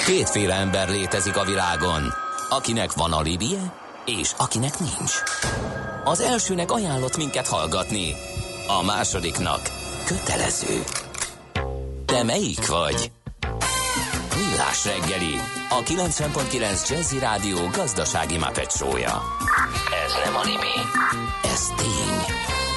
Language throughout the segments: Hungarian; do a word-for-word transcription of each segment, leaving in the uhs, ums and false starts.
Kétféle ember létezik a világon, akinek van alibije, és akinek nincs. Az elsőnek ajánlott minket hallgatni, a másodiknak kötelező. Te melyik vagy? Millás reggeli, a kilencven pont kilenc Jazzy Rádió gazdasági Muppet show-ja. Ez nem anime, ez tény.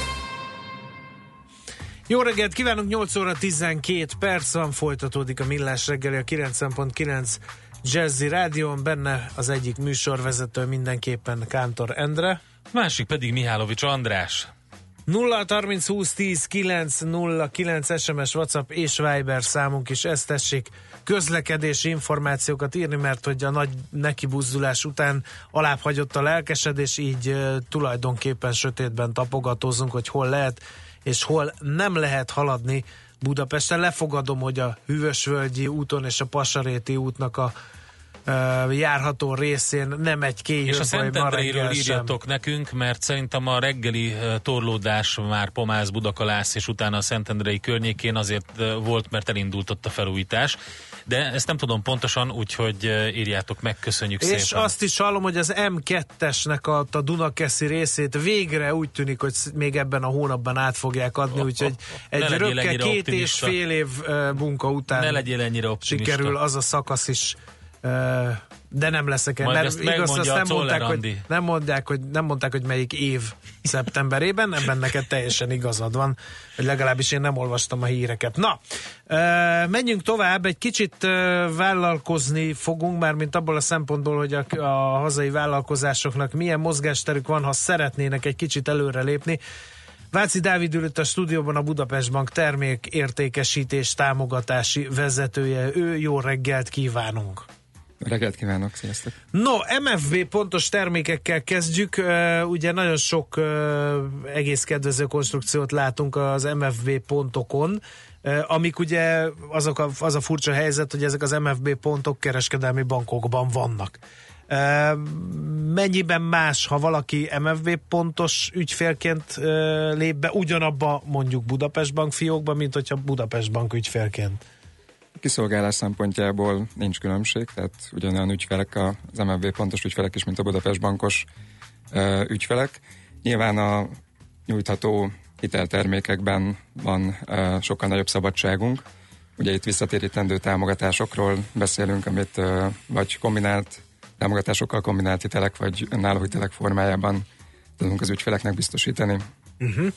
Jó reggelt kívánunk, nyolc óra tizenkét perc van, folytatódik a Millás reggeli a kilencven pont kilenc Jazzy Rádión, benne az egyik műsorvezető mindenképpen Kántor Endre. Másik pedig Mihálovics András. nulla harminc húsz tíz kilenc nulla kilenc es em es, WhatsApp és Viber számunk is, ezt tessék közlekedési információkat írni, mert hogy a nagy nekibuzdulás után alább hagyott a lelkesedés, így uh, tulajdonképpen sötétben tapogatózunk, hogy hol lehet és hol nem lehet haladni Budapesten. Lefogadom, hogy a Hűvösvölgyi úton és a Passaréti útnak a uh, járható részén nem egy kéjjön. És a Szentendréről írjatok sem nekünk, mert szerintem a reggeli uh, torlódás már Pomász, Budakalász és utána a Szentendrei környékén azért uh, volt, mert elindult ott a felújítás. De ezt nem tudom pontosan, úgyhogy uh, írjátok meg, köszönjük és szépen. És azt is hallom, hogy az em kettesnek a, a Dunakeszi részét végre úgy tűnik, hogy még ebben a hónapban át fogják adni, oh, úgyhogy oh, egy rögke két optimista. és fél év uh, munka után ne legyél ennyire optimista. Sikerül az a szakasz is, uh, de nem leszek el. Majd Mert ezt igaz, azt nem mondták, hogy, nem, mondják, hogy, nem mondták, hogy melyik év szeptemberében, ebben neked teljesen igazad van, hogy legalábbis én nem olvastam a híreket. Na, uh, menjünk tovább, egy kicsit uh, vállalkozni fogunk, már mint abból a szempontból, hogy a, a hazai vállalkozásoknak milyen mozgásterük van, ha szeretnének egy kicsit előrelépni. Váci Dávid ült a stúdióban, a Budapest Bank termékértékesítés támogatási vezetője. Ő, jó reggelt kívánunk! Reggelt kívánok, sziasztok! No, em ef vé pontos termékekkel kezdjük. Uh, ugye nagyon sok uh, egész kedvező konstrukciót látunk az em ef vé pontokon, uh, amik ugye azok a, az a furcsa helyzet, hogy ezek az em ef vé pontok kereskedelmi bankokban vannak. Uh, mennyiben más, ha valaki em ef vé pontos ügyfélként uh, lép be ugyanabba mondjuk Budapest Bank fiókba, mint hogyha Budapest Bank ügyfélként? Kiszolgálás szempontjából nincs különbség, tehát ugyanolyan ügyfelek az em ef vé pontos ügyfelek is, mint a Budapest Bankos uh, ügyfelek. Nyilván a nyújtható hiteltermékekben van uh, sokkal nagyobb szabadságunk. Ugye itt visszatérítendő támogatásokról beszélünk, amit uh, vagy kombinált támogatásokkal, kombinált hitelek, vagy önálló hitelek formájában tudunk az ügyfeleknek biztosítani. Uh-huh.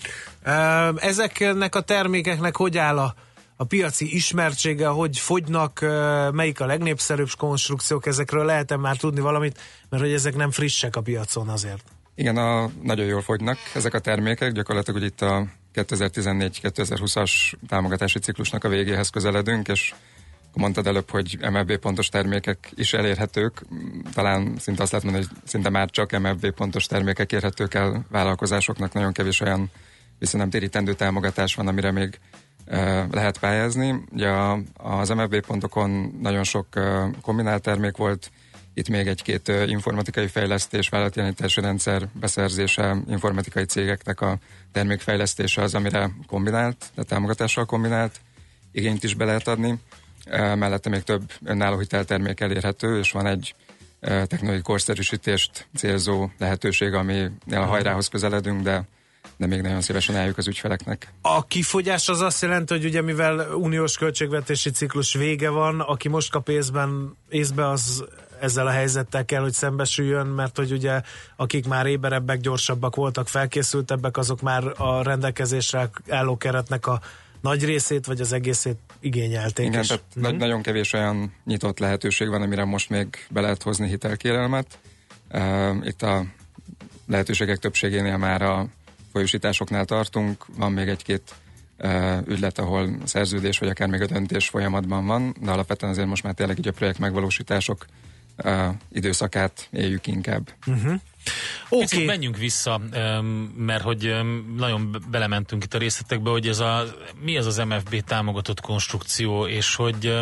Uh, ezeknek a termékeknek hogy áll a a piaci ismertsége, hogy fogynak, melyik a legnépszerűbb konstrukciók, ezekről lehet-e már tudni valamit, mert hogy ezek nem frissek a piacon azért. Igen, a, nagyon jól fogynak ezek a termékek, gyakorlatilag hogy itt a kétezer-tizennégy kétezer-húszas támogatási ciklusnak a végéhez közeledünk, és mondtad előbb, hogy em ef vé pontos termékek is elérhetők, talán szinte azt lehet mondani, hogy szinte már csak em ef vé pontos termékek érhetők el vállalkozásoknak, nagyon kevés olyan visszanemtérítendő támogatás van, amire még lehet pályázni. Ugye az em ef vé pontokon nagyon sok kombinált termék volt, itt még egy-két informatikai fejlesztés, vállalatjelentési rendszer beszerzése, informatikai cégeknek a termékfejlesztése az, amire kombinált, de támogatással kombinált igényt is be lehet adni. Mellette még több önálló hiteltermék elérhető, és van egy technológiai korszerűsítést célzó lehetőség, ami a hajrához közeledünk, de de még nagyon szívesen eljük az ügyfeleknek. A kifogyás az azt jelenti, hogy ugye mivel uniós költségvetési ciklus vége van, aki most kap észben, észbe, az ezzel a helyzettel kell, hogy szembesüljön, mert hogy ugye akik már éberebbek, gyorsabbak voltak, felkészültebbek, azok már a rendelkezésre álló keretnek a nagy részét, vagy az egészét igényelték. Igen, is. tehát uh-huh. nagyon kevés olyan nyitott lehetőség van, amire most még be lehet hozni hitelkérelmet. Uh, itt a lehetőségek többségénél már a folyósításoknál tartunk, van még egy-két uh, ügylet, ahol szerződés, vagy akár még a döntés folyamatban van, de alapvetően azért most már tényleg így a projekt megvalósítások uh, időszakát éljük inkább. Uh-huh. Oké. Okay. Menjünk vissza, mert hogy nagyon belementünk itt a részletekbe, hogy ez a, mi ez az em ef bé támogatott konstrukció, és hogy,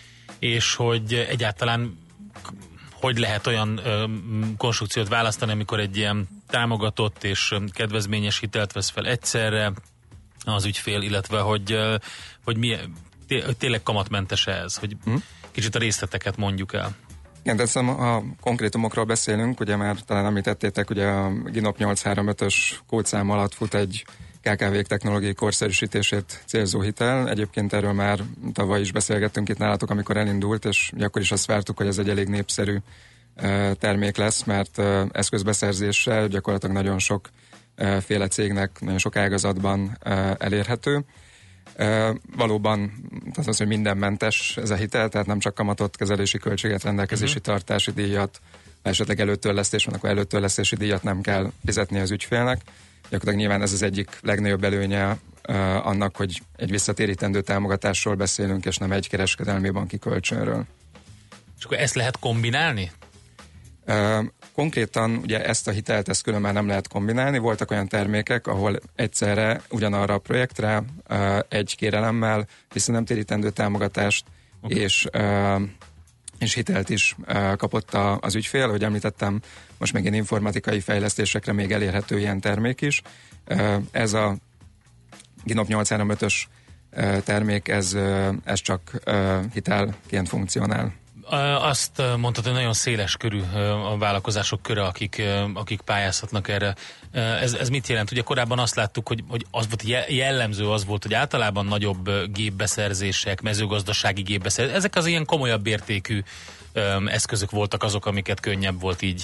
és hogy egyáltalán hogy lehet olyan konstrukciót választani, amikor egy ilyen támogatott és kedvezményes hitelt vesz fel egyszerre az ügyfél, illetve hogy, hogy mi, tényleg kamatmentes ez, hogy, mm. kicsit a részleteket mondjuk el. Igen, de a konkrétumokról beszélünk, ugye már talán említettétek, ugye a GINOP nyolcszázharmincös kódszám alatt fut egy ká ká vé-k technológiai korszerűsítését célzó hitel. Egyébként erről már tavaly is beszélgettünk itt nálatok, amikor elindult, és akkor is azt vártuk, hogy ez egy elég népszerű termék lesz, mert eszközbeszerzéssel gyakorlatilag nagyon sok féle cégnek, nagyon sok ágazatban elérhető. Valóban az az, hogy mindenmentes ez a hitel, tehát nem csak kamatot, kezelési költséget, rendelkezési uh-huh. tartási díjat, ha esetleg előtörlesztés van, akkor előtörlesztési díjat nem kell fizetni az ügyfélnek. Gyakorlatilag nyilván ez az egyik legnagyobb előnye uh, annak, hogy egy visszatérítendő támogatásról beszélünk, és nem egy kereskedelmi banki kölcsönről. És akkor ezt lehet kombinálni? Uh, konkrétan ugye ezt a hitelt, ezt külön már nem lehet kombinálni. Voltak olyan termékek, ahol egyszerre ugyanarra a projektre uh, egy kérelemmel visszanemtérítendő támogatást okay. és, uh, és hitelt is uh, kapott a, az ügyfél. Ahogy említettem, most még ilyen informatikai fejlesztésekre még elérhető ilyen termék is. Uh, ez a GINOP nyolcszázharmincös uh, termék, ez, uh, ez csak uh, hitelként funkcionál. Azt mondtad, hogy nagyon széles körű a vállalkozások köre, akik, akik pályázhatnak erre. Ez, ez mit jelent? Ugye korábban azt láttuk, hogy, hogy az volt jellemző az volt, hogy általában nagyobb gépbeszerzések, mezőgazdasági gépbeszerzések, ezek az ilyen komolyabb értékű eszközök voltak azok, amiket könnyebb volt így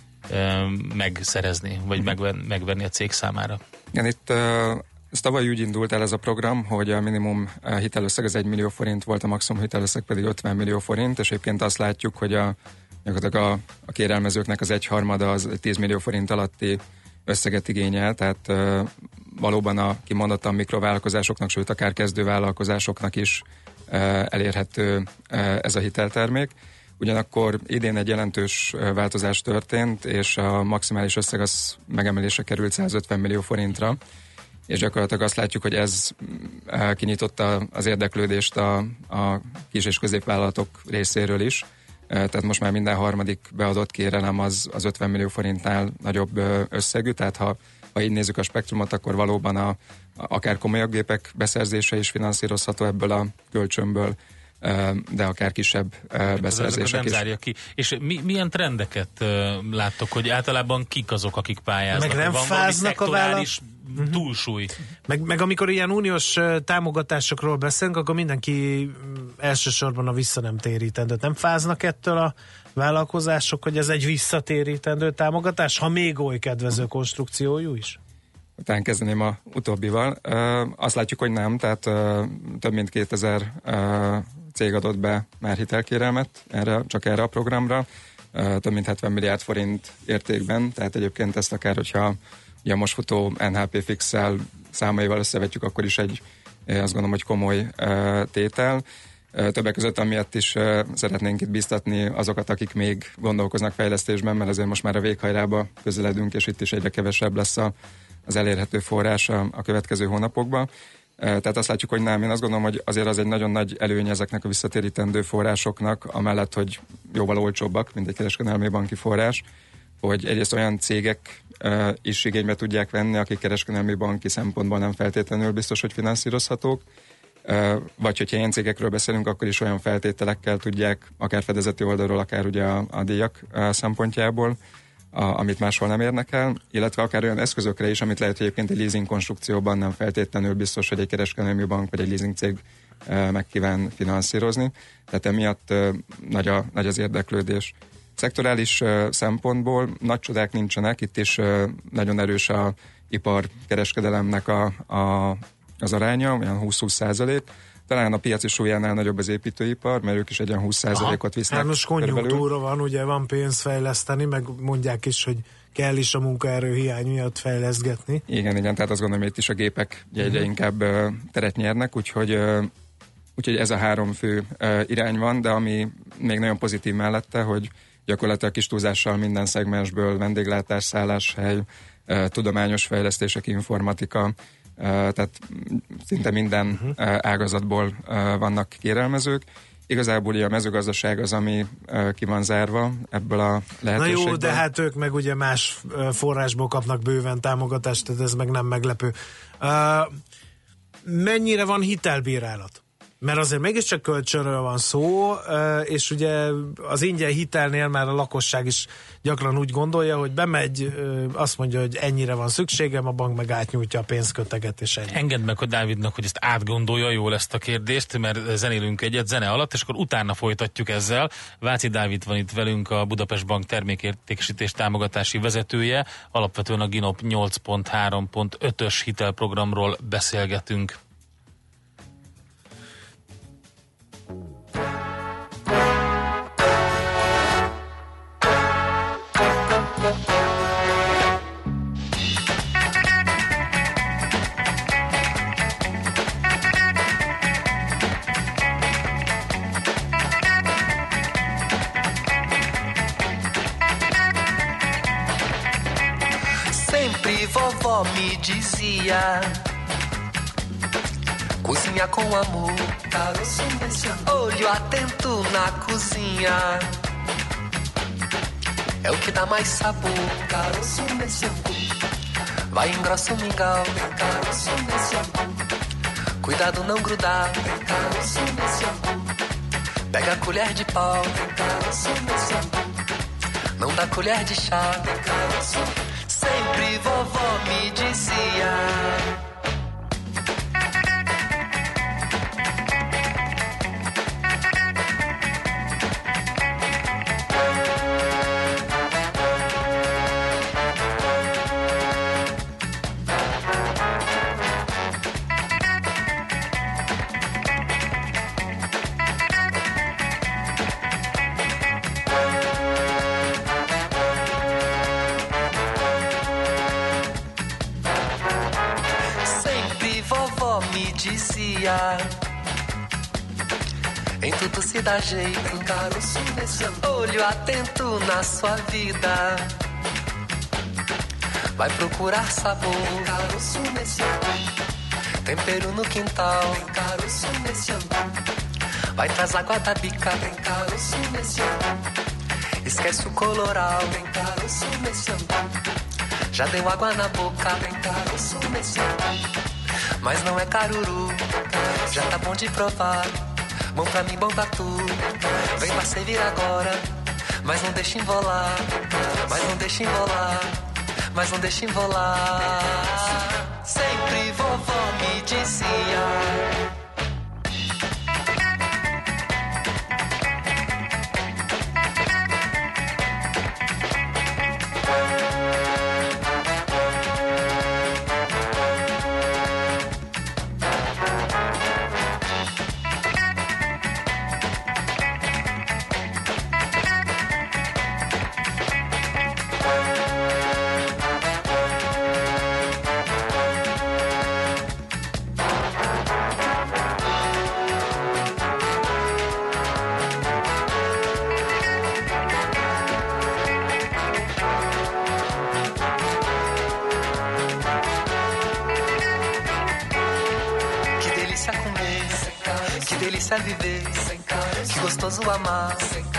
megszerezni, vagy megvenni a cég számára. Igen, itt ez tavaly úgy indult el ez a program, hogy a minimum hitelösszeg az egy millió forint volt, a maximum hitelösszeg pedig ötven millió forint, és egyébként azt látjuk, hogy a, a, a kérelmezőknek az egyharmada az tíz millió forint alatti összeget igényel, tehát uh, valóban a kimondottan mikrovállalkozásoknak, sőt akár kezdővállalkozásoknak is uh, elérhető uh, ez a hiteltermék. Ugyanakkor idén egy jelentős uh, változás történt, és a maximális összeg az megemelése került százötven millió forintra, és gyakorlatilag azt látjuk, hogy ez kinyitotta az érdeklődést a, a kis- és középvállalatok részéről is. Tehát most már minden harmadik beadott kérelem az, az ötven millió forintnál nagyobb összegű, tehát ha, ha így nézzük a spektrumot, akkor valóban a, a, akár komolyabb gépek beszerzése is finanszírozható ebből a kölcsönből, de akár kisebb beszerzések is. Zárja ki. És mi, milyen trendeket láttok, hogy általában kik azok, akik pályáznak? Meg nem van fáznak a vállalat? Uh-huh. túlsúly. Meg, meg amikor ilyen uniós támogatásokról beszélünk, akkor mindenki elsősorban a visszanemtérítendőt. Nem fáznak ettől a vállalkozások, hogy ez egy visszatérítendő támogatás, ha még oly kedvező konstrukciójú is? Után kezdeném a utóbbival. Uh, azt látjuk, hogy nem, tehát uh, több mint kétezer uh, cég adott be már hitelkérelmet erre, csak erre a programra. Uh, több mint hetven milliárd forint értékben, tehát egyébként ezt akár, hogyha ugye a most futó en há pé Fix-szel számaival összevetjük, akkor is egy, azt gondolom, hogy komoly uh, tétel. Uh, többek között amiatt is uh, szeretnénk itt biztatni azokat, akik még gondolkoznak fejlesztésben, mert azért most már a véghajrába közeledünk, és itt is egyre kevesebb lesz a, az elérhető forrás a, a következő hónapokban. Uh, tehát azt látjuk, hogy nem. Én azt gondolom, hogy azért az egy nagyon nagy előny ezeknek a visszatérítendő forrásoknak, amellett, hogy jóval olcsóbbak, mint egy kereskedelmi banki forrás, hogy egyrészt olyan cégek uh, is igénybe tudják venni, akik kereskedelmi banki szempontból nem feltétlenül biztos, hogy finanszírozhatók, uh, vagy hogyha ilyen cégekről beszélünk, akkor is olyan feltételekkel tudják, akár fedezeti oldalról, akár ugye a, a díjak uh, szempontjából, a, amit máshol nem érnek el, illetve akár olyan eszközökre is, amit lehet, hogy egyébként egy leasing konstrukcióban nem feltétlenül biztos, hogy egy kereskedelmi bank vagy egy leasing cég uh, meg kíván finanszírozni. Tehát emiatt uh, nagy, a, nagy az érdeklődés. Szektorális uh, szempontból nagy csodák nincsenek, itt is uh, nagyon erős a iparkereskedelemnek a, a, az aránya, olyan húsz-húsz százalék. Talán a piaci súlyánál nagyobb az építőipar, mert ők is egy olyan húsz százalékot visznek. Hát most konjunktúra van, ugye van pénz fejleszteni, meg mondják is, hogy kell is a munkaerő hiány miatt fejleszgetni. Igen, igen, tehát azt gondolom, hogy itt is a gépek egyre uh-huh. inkább uh, teret nyernek, úgyhogy uh, úgyhogy ez a három fő uh, irány van, de ami még nagyon pozitív mellette, hogy gyakorlatilag kis túlzással minden szegmensből, vendéglátás, szálláshely, uh, tudományos fejlesztések, informatika, uh, tehát szinte minden uh-huh. uh, ágazatból uh, vannak kérelmezők. Igazából ugye a mezőgazdaság az, ami uh, ki van zárva ebből a lehetőségből. Na jó, de hát ők meg ugye más forrásból kapnak bőven támogatást, tehát ez meg nem meglepő. Uh, mennyire van hitelbírálat? mert azért mégiscsak kölcsönről van szó, és ugye az ingyen hitelnél már a lakosság is gyakran úgy gondolja, hogy bemegy, azt mondja, hogy ennyire van szükségem, a bank meg átnyújtja a pénzköteget, és ennyi. Engedd meg a Dávidnak, hogy ezt átgondolja jól ezt a kérdést, mert zenélünk egyet zene alatt, és akkor utána folytatjuk ezzel. Váci Dávid van itt velünk, a Budapest Bank termékértékesítés támogatási vezetője. Alapvetően a Ginop nyolc pont három pont ötös hitelprogramról beszélgetünk. Vovó me dizia: cozinha com amor, olho atento na cozinha, é o que dá mais sabor. Vai engrossa o mingau, cuidado não grudar. Pega a colher de pau, não dá colher de chá. Sempre vovó me dizia: em tudo se dá jeito, olho atento na sua vida, vai procurar sabor, tempero no quintal, vai traz água da bica, esquece o coloral, já deu água na boca, mas não é caruru, já tá bom de provar. Bom pra mim, bom pra tu. Vem pra servir agora, mas não deixa embolar. Mas não deixa embolar, mas não deixa embolar. Sempre vovó me dizia: viver, que gostoso amar,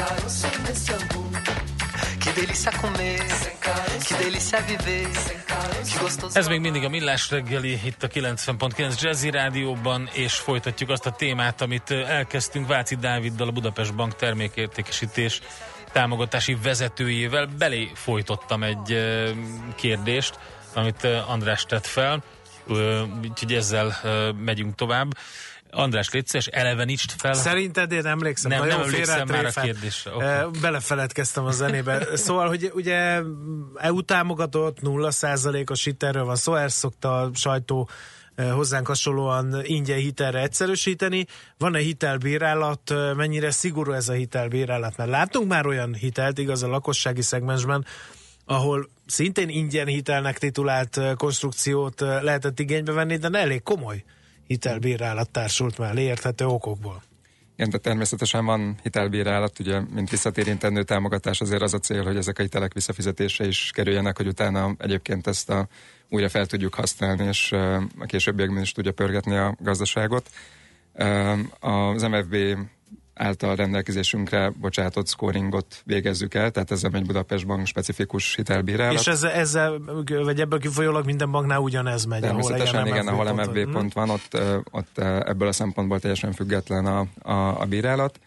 que delícia comer, que delícia viver, que gostoso. Ez még mindig a Millás reggeli itt a kilencven pont kilenc Jazzy Rádióban, és folytatjuk azt a témát, amit elkezdtünk Váci Dáviddal, a Budapest Bank termékértékesítés támogatási vezetőjével. Belé folytottam egy kérdést, amit András tett fel, úgyhogy ezzel megyünk tovább. András, légy szíves, elevenítsd fel. Szerinted én emlékszem. Nem, nem emlékszem már a kérdésre. Okay. Belefeledkeztem a zenébe. Szóval, hogy ugye é u támogatott nulla százalékos hitelről van szó, ezt szokta a sajtó hozzánk hasonlóan ingyen hitelre egyszerűsíteni. Van-e hitelbírálat? Mennyire szigorú ez a hitelbírálat? Mert látunk már olyan hitelt, igaz, a lakossági szegmensben, ahol szintén ingyen hitelnek titulált konstrukciót lehetett igénybe venni, de elég komoly hitelbírálat társult mellé érthető okokból. Igen, de természetesen van hitelbírálat, ugye, mint visszatérintendő támogatás, azért az a cél, hogy ezek a hitelek visszafizetése is kerüljenek, hogy utána egyébként ezt a, újra fel tudjuk használni, és a későbbiekben is tudja pörgetni a gazdaságot. Az em ef bé által rendelkezésünkre bocsátott scoringot végezzük el, tehát ezzel megy Budapest Bank specifikus hitelbírálat. És ezzel, ezzel vagy ebből kifolyólag minden banknál ugyanez megy? Természetesen igen, ahol em ef bé pont, pont van, ott, ott ebből a szempontból teljesen független a, a, a bírálat.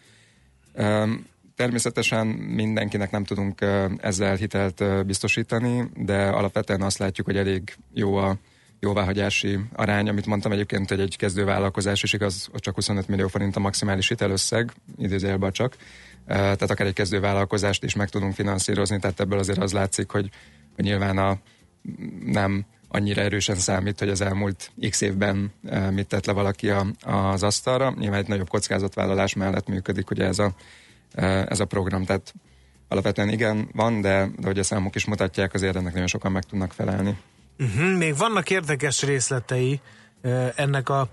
Természetesen mindenkinek nem tudunk ezzel hitelt biztosítani, de alapvetően azt látjuk, hogy elég jó a jóváhagyási arány, amit mondtam egyébként, hogy egy kezdővállalkozás is igaz, hogy csak huszonöt millió forint a maximális hitelösszeg, idézőjelben csak, tehát akár egy kezdővállalkozást is meg tudunk finanszírozni, tehát ebből azért az látszik, hogy, hogy nyilván a, nem annyira erősen számít, hogy az elmúlt x évben mit tett le valaki a, az asztalra. Nyilván egy nagyobb kockázatvállalás mellett működik ugye ez a, ez a program, tehát alapvetően igen, van, de, de hogy a számok is mutatják, azért ennek nagyon sokan meg tudnak felelni. Uh-huh. Még vannak érdekes részletei uh, ennek a,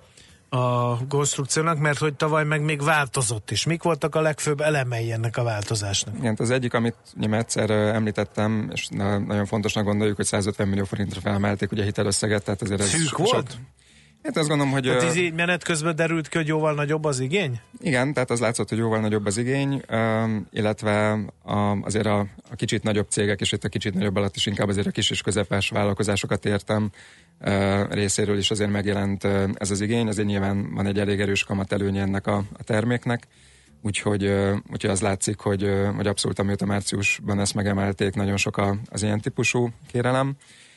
a konstrukciónak, mert hogy tavaly meg még változott is. Mik voltak a legfőbb elemei ennek a változásnak? Igen, az egyik, amit egyszer uh, említettem, és na, nagyon fontosnak gondoljuk, hogy százötven millió forintra felemelték ugye hitelösszeget, tehát azért ez... Szűk volt? Hát azt gondolom, hogy... Tehát így menet közben derült ki, hogy jóval nagyobb az igény? Igen, tehát az látszott, hogy jóval nagyobb az igény, illetve a, azért a, a kicsit nagyobb cégek, és itt a kicsit nagyobb alatt is inkább azért a kis és közepes vállalkozásokat értem részéről is azért megjelent ez az igény, azért nyilván van egy elég erős kamatelőnye ennek a, a terméknek, úgyhogy, úgyhogy az látszik, hogy, hogy abszolút amióta márciusban ezt megemelték, nagyon sok a, az ilyen típusú kérelem.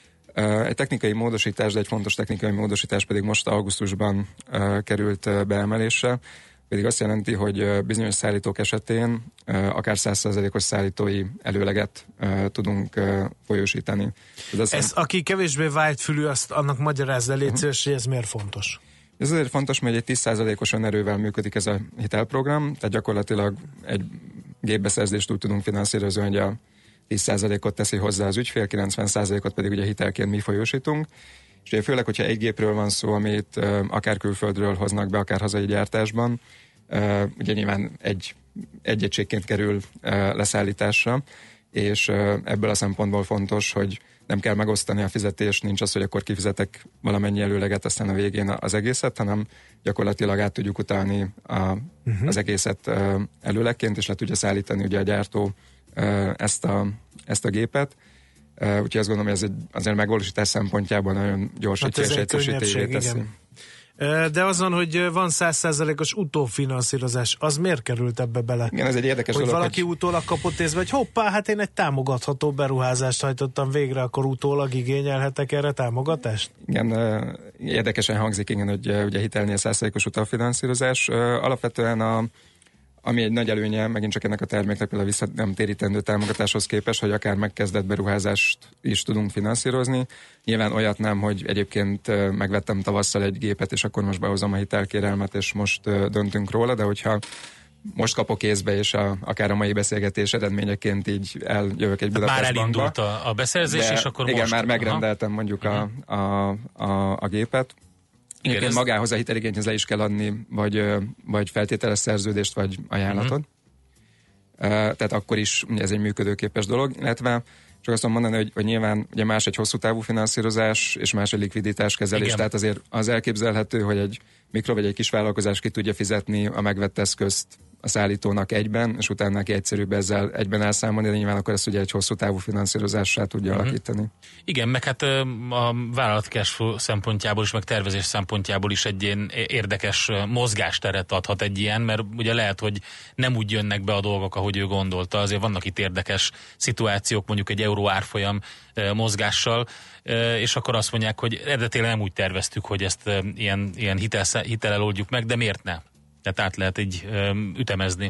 Egy technikai módosítás, de egy fontos technikai módosítás pedig most augusztusban uh, került uh, beemelésre, pedig azt jelenti, hogy uh, bizonyos szállítók esetén uh, akár száz százalékos szállítói előleget uh, tudunk uh, folyósítani. Ez, ez aki kevésbé vágyfülű, azt annak magyarázza légy szíves, uh-huh. hogy ez miért fontos? Ez azért fontos, mert egy tíz százalékos önerővel működik ez a hitelprogram, tehát gyakorlatilag egy gépbeszerzést úgy tudunk finanszírozni, hogy a tíz százalékot teszi hozzá az ügyfél, kilencven százalékot pedig ugye hitelként mi folyósítunk. És ugye főleg, hogyha egy gépről van szó, amit uh, akár külföldről hoznak be, akár hazai gyártásban, uh, ugye nyilván egy, egy egységként kerül uh, leszállításra, és uh, ebből a szempontból fontos, hogy nem kell megosztani a fizetést, nincs az, hogy akkor kifizetek valamennyi előleget, aztán a végén az egészet, hanem gyakorlatilag át tudjuk utalni a, uh-huh. az egészet uh, előlegként, és le tudja szállítani ugye a gyártó ezt a, ezt a gépet. Úgyhogy azt gondolom, hogy ez egy, azért megvalósítás szempontjából nagyon gyors hát és egyszerűsítővé teszi. De azon, hogy van száz százalékos utófinanszírozás, az miért került ebbe bele? Igen, ez egy érdekes hogy dolog, valaki hogy... utólag kapott észbe, hogy hoppá, hát én egy támogatható beruházást hajtottam végre, akkor utólag igényelhetek erre támogatást? Igen, érdekesen hangzik, igen, hogy ugye hitelnél száz százalékos utófinanszírozás. Alapvetően a ami egy nagy előnye, megint csak ennek a terméknek például vissza nem térítendő támogatáshoz képest, hogy akár megkezdett beruházást is tudunk finanszírozni. Nyilván olyat nem, hogy egyébként megvettem tavasszal egy gépet, és akkor most behozom a hitelkérelmet, és most döntünk róla, de hogyha most kapok kézbe, és a, akár a mai beszélgetés eredményeként így eljövök egy Budapest Már elindult bankba, a, a beszerzés, de, és akkor igen, most... már megrendeltem Aha. mondjuk a, a, a, a gépet. Igen, ez... magához a hiteligényhez le is kell adni, vagy, vagy feltételes szerződést, vagy ajánlatot. Uh-huh. Tehát akkor is ez egy működőképes dolog, illetve csak azt tudom mondani, hogy, hogy nyilván ugye más egy hosszú távú finanszírozás, és más egy likviditáskezelés, igen. Tehát azért az elképzelhető, hogy egy mikro vagy egy kis vállalkozás ki tudja fizetni a megvett eszközt a szállítónak egyben, és utána neki egyszerűbb ezzel egyben elszámolni, de nyilván akkor ezt ugye egy hosszú távú finanszírozássá tudja uh-huh. alakítani. Igen, meg hát a vállalat cashflow szempontjából is, meg tervezés szempontjából is egy ilyen érdekes mozgásteret adhat egy ilyen, mert ugye lehet, hogy nem úgy jönnek be a dolgok, ahogy ő gondolta, azért vannak itt érdekes szituációk, mondjuk egy euró árfolyam mozgással, és akkor azt mondják, hogy eredetileg nem úgy terveztük, hogy ezt ilyen, ilyen hitel, hitellel oldjuk meg, de miért ne? Tehát át lehet így um, ütemezni.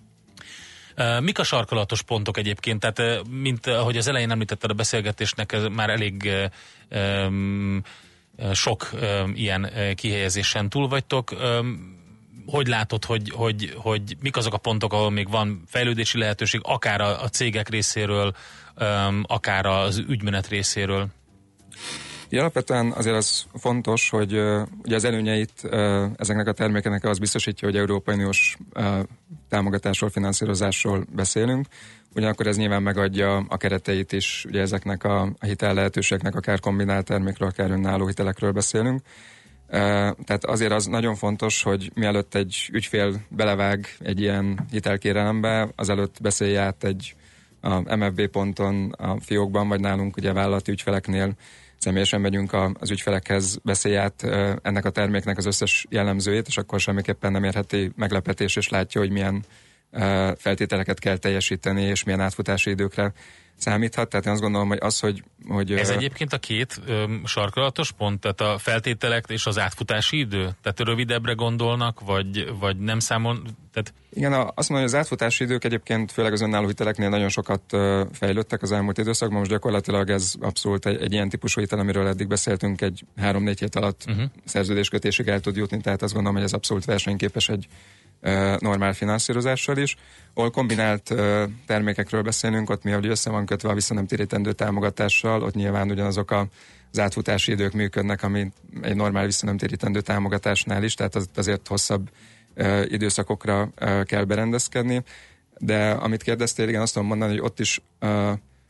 Uh, mik a sarkalatos pontok egyébként? Tehát, uh, mint ahogy az elején említetted a beszélgetésnek, ez már elég uh, um, sok um, ilyen uh, kihelyezésen túl vagytok. Um, hogy látod, hogy, hogy, hogy mik azok a pontok, ahol még van fejlődési lehetőség, akár a, a cégek részéről, um, akár az ügymenet részéről? Ja, alapvetően azért az fontos, hogy uh, ugye az előnyeit uh, ezeknek a termékeknek az biztosítja, hogy Európai Uniós uh, támogatásról, finanszírozásról beszélünk. Ugyanakkor ez nyilván megadja a kereteit is, ugye ezeknek a, a hitel lehetőségeknek, akár kombinált termékről, akár önálló hitelekről beszélünk. Tehát azért az nagyon fontos, hogy mielőtt egy ügyfél belevág egy ilyen hitelkérelembe, azelőtt beszélj át egy a em ef bé ponton, a fiókban, vagy nálunk ugye vállalati ügyfeleknél személyesen megyünk az ügyfelekhez, beszélj át ennek a terméknek az összes jellemzőjét, és akkor semmiképpen nem érheti meglepetés, és látja, hogy milyen feltételeket kell teljesíteni, és milyen átfutási időkre számíthat. Tehát én azt gondolom, hogy az, hogy... hogy Ez egyébként a két ö, sarkalatos pont, tehát a feltételek és az átfutási idő? Tehát rövidebbre gondolnak, vagy, vagy nem számol... Tehát... Igen, azt mondom, hogy az átfutási idők egyébként főleg az önálló hiteleknél nagyon sokat ö, fejlődtek az elmúlt időszakban, most gyakorlatilag ez abszolút egy, egy ilyen típusú hitel, amiről eddig beszéltünk, egy három-négy hét alatt uh-huh. szerződéskötésig el tud jutni, tehát azt gondolom, hogy ez abszolút versenyképes egy normál finanszírozással is. Ahol kombinált uh, termékekről beszélünk, ott mi, hogy össze van kötve a visszanemtérítendő támogatással, ott nyilván ugyanazok a, az átfutási idők működnek, ami egy normál visszanemtérítendő támogatásnál is, tehát az, azért hosszabb uh, időszakokra uh, kell berendezkedni. De amit kérdeztél, igen, azt tudom mondani, hogy ott is uh,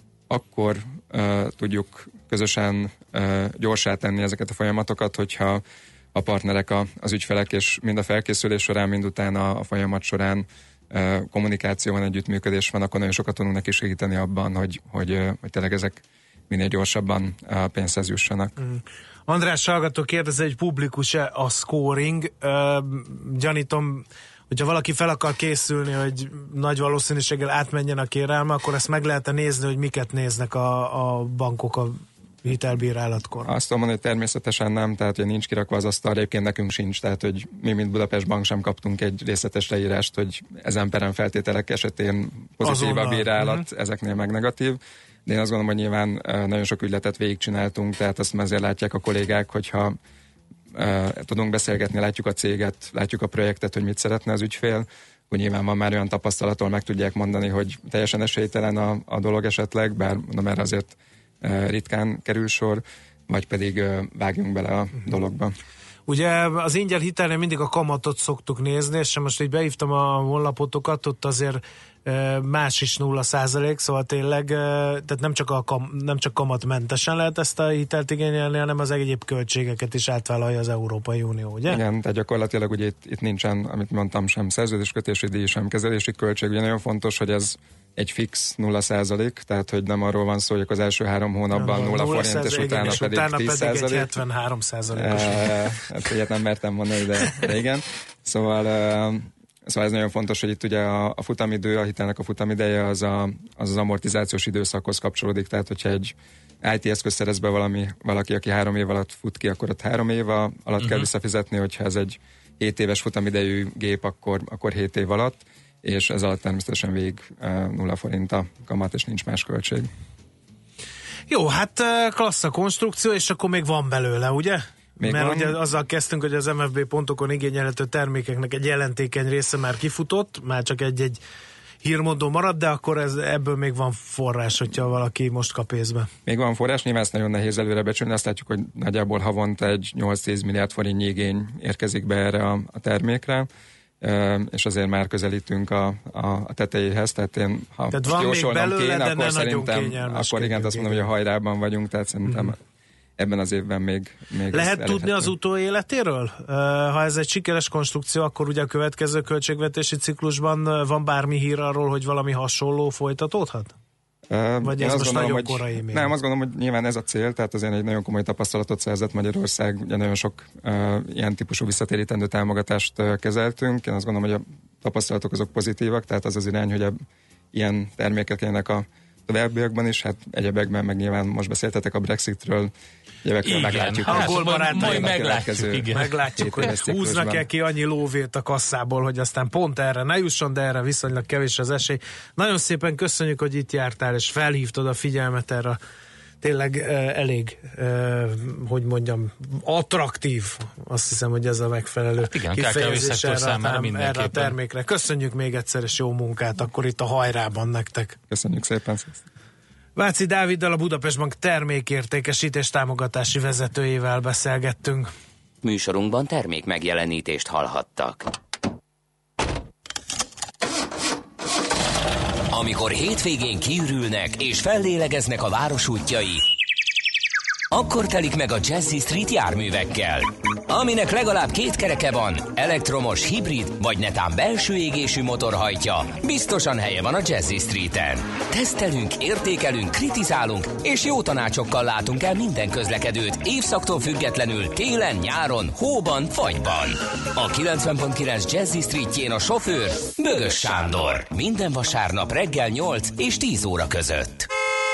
akkor uh, tudjuk közösen uh, gyorsá tenni ezeket a folyamatokat, hogyha a partnerek, a, az ügyfelek, és mind a felkészülés során, mind utána a folyamat során uh, kommunikáció van, együttműködés van, akkor nagyon sokat tudunk neki segíteni abban, hogy, hogy, uh, hogy tényleg ezek minél gyorsabban uh, pénzhez jussanak. Mm. András hallgató kérdezi, hogy publikus-e a scoring? Uh, gyanítom, hogyha valaki fel akar készülni, hogy nagy valószínűséggel átmenjen a kérelme, akkor ezt meg lehet nézni, hogy miket néznek a, a bankok a hitelbírálatkor. Azt tudom mondani, hogy természetesen nem, tehát hogy nincs kirakva az asztalra, egyébként nekünk sincs, tehát hogy mi, mint Budapest Bank sem kaptunk egy részletes leírást, hogy ezen peren feltételek esetén pozitív Azonnal. a bírálat, uh-huh. ezeknél meg negatív. De én azt gondolom, hogy nyilván nagyon sok ügyletet végigcsináltunk, tehát azt azért látják a kollégák, hogyha uh, tudunk beszélgetni, látjuk a céget, látjuk a projektet, hogy mit szeretne az ügyfél, hogy nyilván van már olyan tapasztalattól, meg tudják mondani, hogy teljesen esélytelen a, a dolog esetleg, bár mondom, erre azért ritkán kerül sor, vagy pedig vágjunk bele a dologba. Ugye az ingyen hitelnél mindig a kamatot szoktuk nézni, és most így beívtam a honlapotokat, ott azért más is nulla százalék, szóval tényleg, tehát nem csak, a kam, nem csak kamatmentesen lehet ezt a hitelt igényelni, hanem az egyéb költségeket is átvállalja az Európai Unió, ugye? Igen, tehát gyakorlatilag ugye itt, itt nincsen, amit mondtam, sem szerződéskötési díj, sem kezelési költség. Ugye nagyon fontos, hogy ez egy fix nulla százalék, tehát hogy nem arról van szó, hogy az első három hónapban nulla forint, és utána és pedig utána tíz százalék. pedig egy hetvenhárom százalékos. Hát ilyet nem mertem mondani, de, de igen. Szóval, szóval ez nagyon fontos, hogy itt ugye a, a futamidő, a hitelnek a futamideje az, a, az az amortizációs időszakhoz kapcsolódik, tehát hogyha egy i té eszköz szerez be valami, valaki, aki három év alatt fut ki, akkor ott három év alatt uh-huh. kell visszafizetni, hogyha ez egy hét éves futamidejű gép, akkor, akkor hét év alatt, és ez alatt természetesen végig nulla forint a kamat, és nincs más költség. Jó, hát klassz a konstrukció, és akkor még van belőle, ugye? Még Mert van. Ugye azzal kezdtünk, hogy az em ef bé pontokon igényelhető termékeknek egy jelentékeny része már kifutott, már csak egy-egy hírmondó marad, de akkor ez, ebből még van forrás, hogyha valaki most kap észbe. Még van forrás, nyilván ezt nagyon nehéz előre becsülni, azt látjuk, hogy nagyjából havonta egy nyolc-tíz milliárd forintnyi igény érkezik be erre a, a termékre, és azért már közelítünk a, a, a tetejéhez, tehát én ha tehát van jósolnom belőle, kéne, akkor szerintem, akkor igen, azt mondom, hogy a hajrában vagyunk, tehát szerintem mm-hmm. ebben az évben még... még lehet tudni az utóéletéről? Ha ez egy sikeres konstrukció, akkor ugye a következő költségvetési ciklusban van bármi hír arról, hogy valami hasonló folytatódhat? Uh, Vagy ez most nagyon korai még? Nem, azt gondolom, hogy nyilván ez a cél, tehát azért egy nagyon komoly tapasztalatot szerzett Magyarország, ugye nagyon sok uh, ilyen típusú visszatérítendő támogatást uh, kezeltünk. Én azt gondolom, hogy a tapasztalatok azok pozitívak, tehát az az irány, hogy a, ilyen termékek jönnek a továbbiakban is, hát egyebekben meg nyilván most beszéltetek a Brexitről, jövőkről meglátjuk. Hát, majd, majd meglátjuk, igen. Meglátjuk, hogy húznak-e ki annyi lóvét a kasszából, hogy aztán pont erre ne jusson, de erre viszonylag kevés az esély. Nagyon szépen köszönjük, hogy itt jártál, és felhívtad a figyelmet erre tényleg uh, elég, uh, hogy mondjam, attraktív, azt hiszem, hogy ez a megfelelő hát igen, kifejezés erre, a, erre a termékre. Köszönjük még egyszer, és jó munkát akkor itt a hajrában nektek. Köszönjük szépen. Váci Dáviddal, a Budapest Bank termékértékesítés támogatási vezetőjével beszélgettünk. Műsorunkban termék megjelenítést hallhattak. Amikor hétvégén kiürülnek és fellélegeznek a város útjai, akkor telik meg a Jazzy Street járművekkel. aminek legalább két kereke van, elektromos, hibrid vagy netán belső égésű motor hajtja, biztosan helye van a Jazzy Streeten. Tesztelünk, értékelünk, kritizálunk, és jó tanácsokkal látunk el minden közlekedőt, évszaktól függetlenül, télen, nyáron, hóban, fagyban. A kilencven pont kilenc Jazzy Streetjén a sofőr Bögös Sándor. Minden vasárnap reggel nyolc és tíz óra között.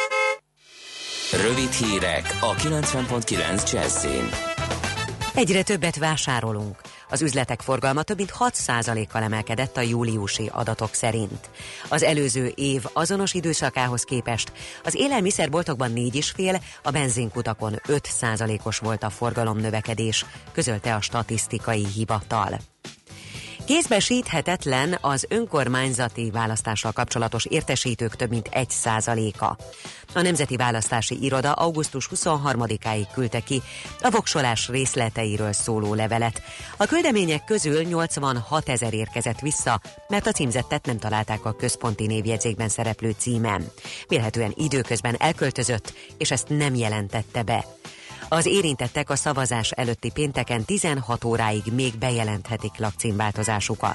Rövid hírek a kilencven pont kilenc Jazzyn. Egyre többet vásárolunk. Az üzletek forgalma több mint hat százalékkal emelkedett a júliusi adatok szerint. Az előző év azonos időszakához képest az élelmiszerboltokban négy és fél, a benzinkutakon öt százalékos volt a forgalomnövekedés, közölte a statisztikai hivatal. Kézbesíthetetlen az önkormányzati választással kapcsolatos értesítők több mint egy százaléka. A Nemzeti Választási Iroda augusztus huszonharmadikáig küldte ki a voksolás részleteiről szóló levelet. A küldemények közül nyolcvanhat ezer érkezett vissza, mert a címzettet nem találták a központi névjegyzékben szereplő címen. Vélhetően időközben elköltözött, és ezt nem jelentette be. Az érintettek a szavazás előtti pénteken tizenhat óráig még bejelenthetik lakcímváltozásukat.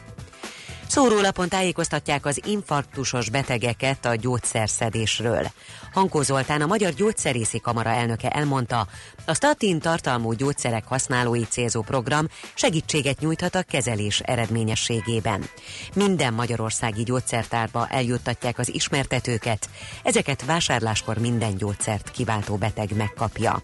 Szórólapon tájékoztatják az infarktusos betegeket a gyógyszerszedésről. Hankó Zoltán, a Magyar Gyógyszerészi Kamara elnöke elmondta, a statin tartalmú gyógyszerek használói célzó program segítséget nyújthat a kezelés eredményességében. Minden magyarországi gyógyszertárba eljuttatják az ismertetőket, ezeket vásárláskor minden gyógyszert kiváltó beteg megkapja.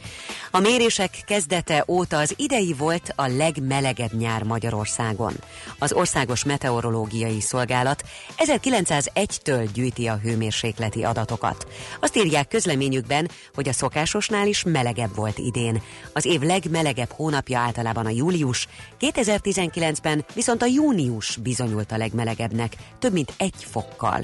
A mérések kezdete óta az idei volt a legmelegebb nyár Magyarországon. Az Országos Meteorológiai Szolgálat ezerkilencszázegytől gyűjti a hőmérsékleti adatokat. Azt írják közleményükben, hogy a szokásosnál is melegebb volt idén. Az év legmelegebb hónapja általában a július, kétezer-tizenkilencben viszont a június bizonyult a legmelegebbnek, több mint egy fokkal.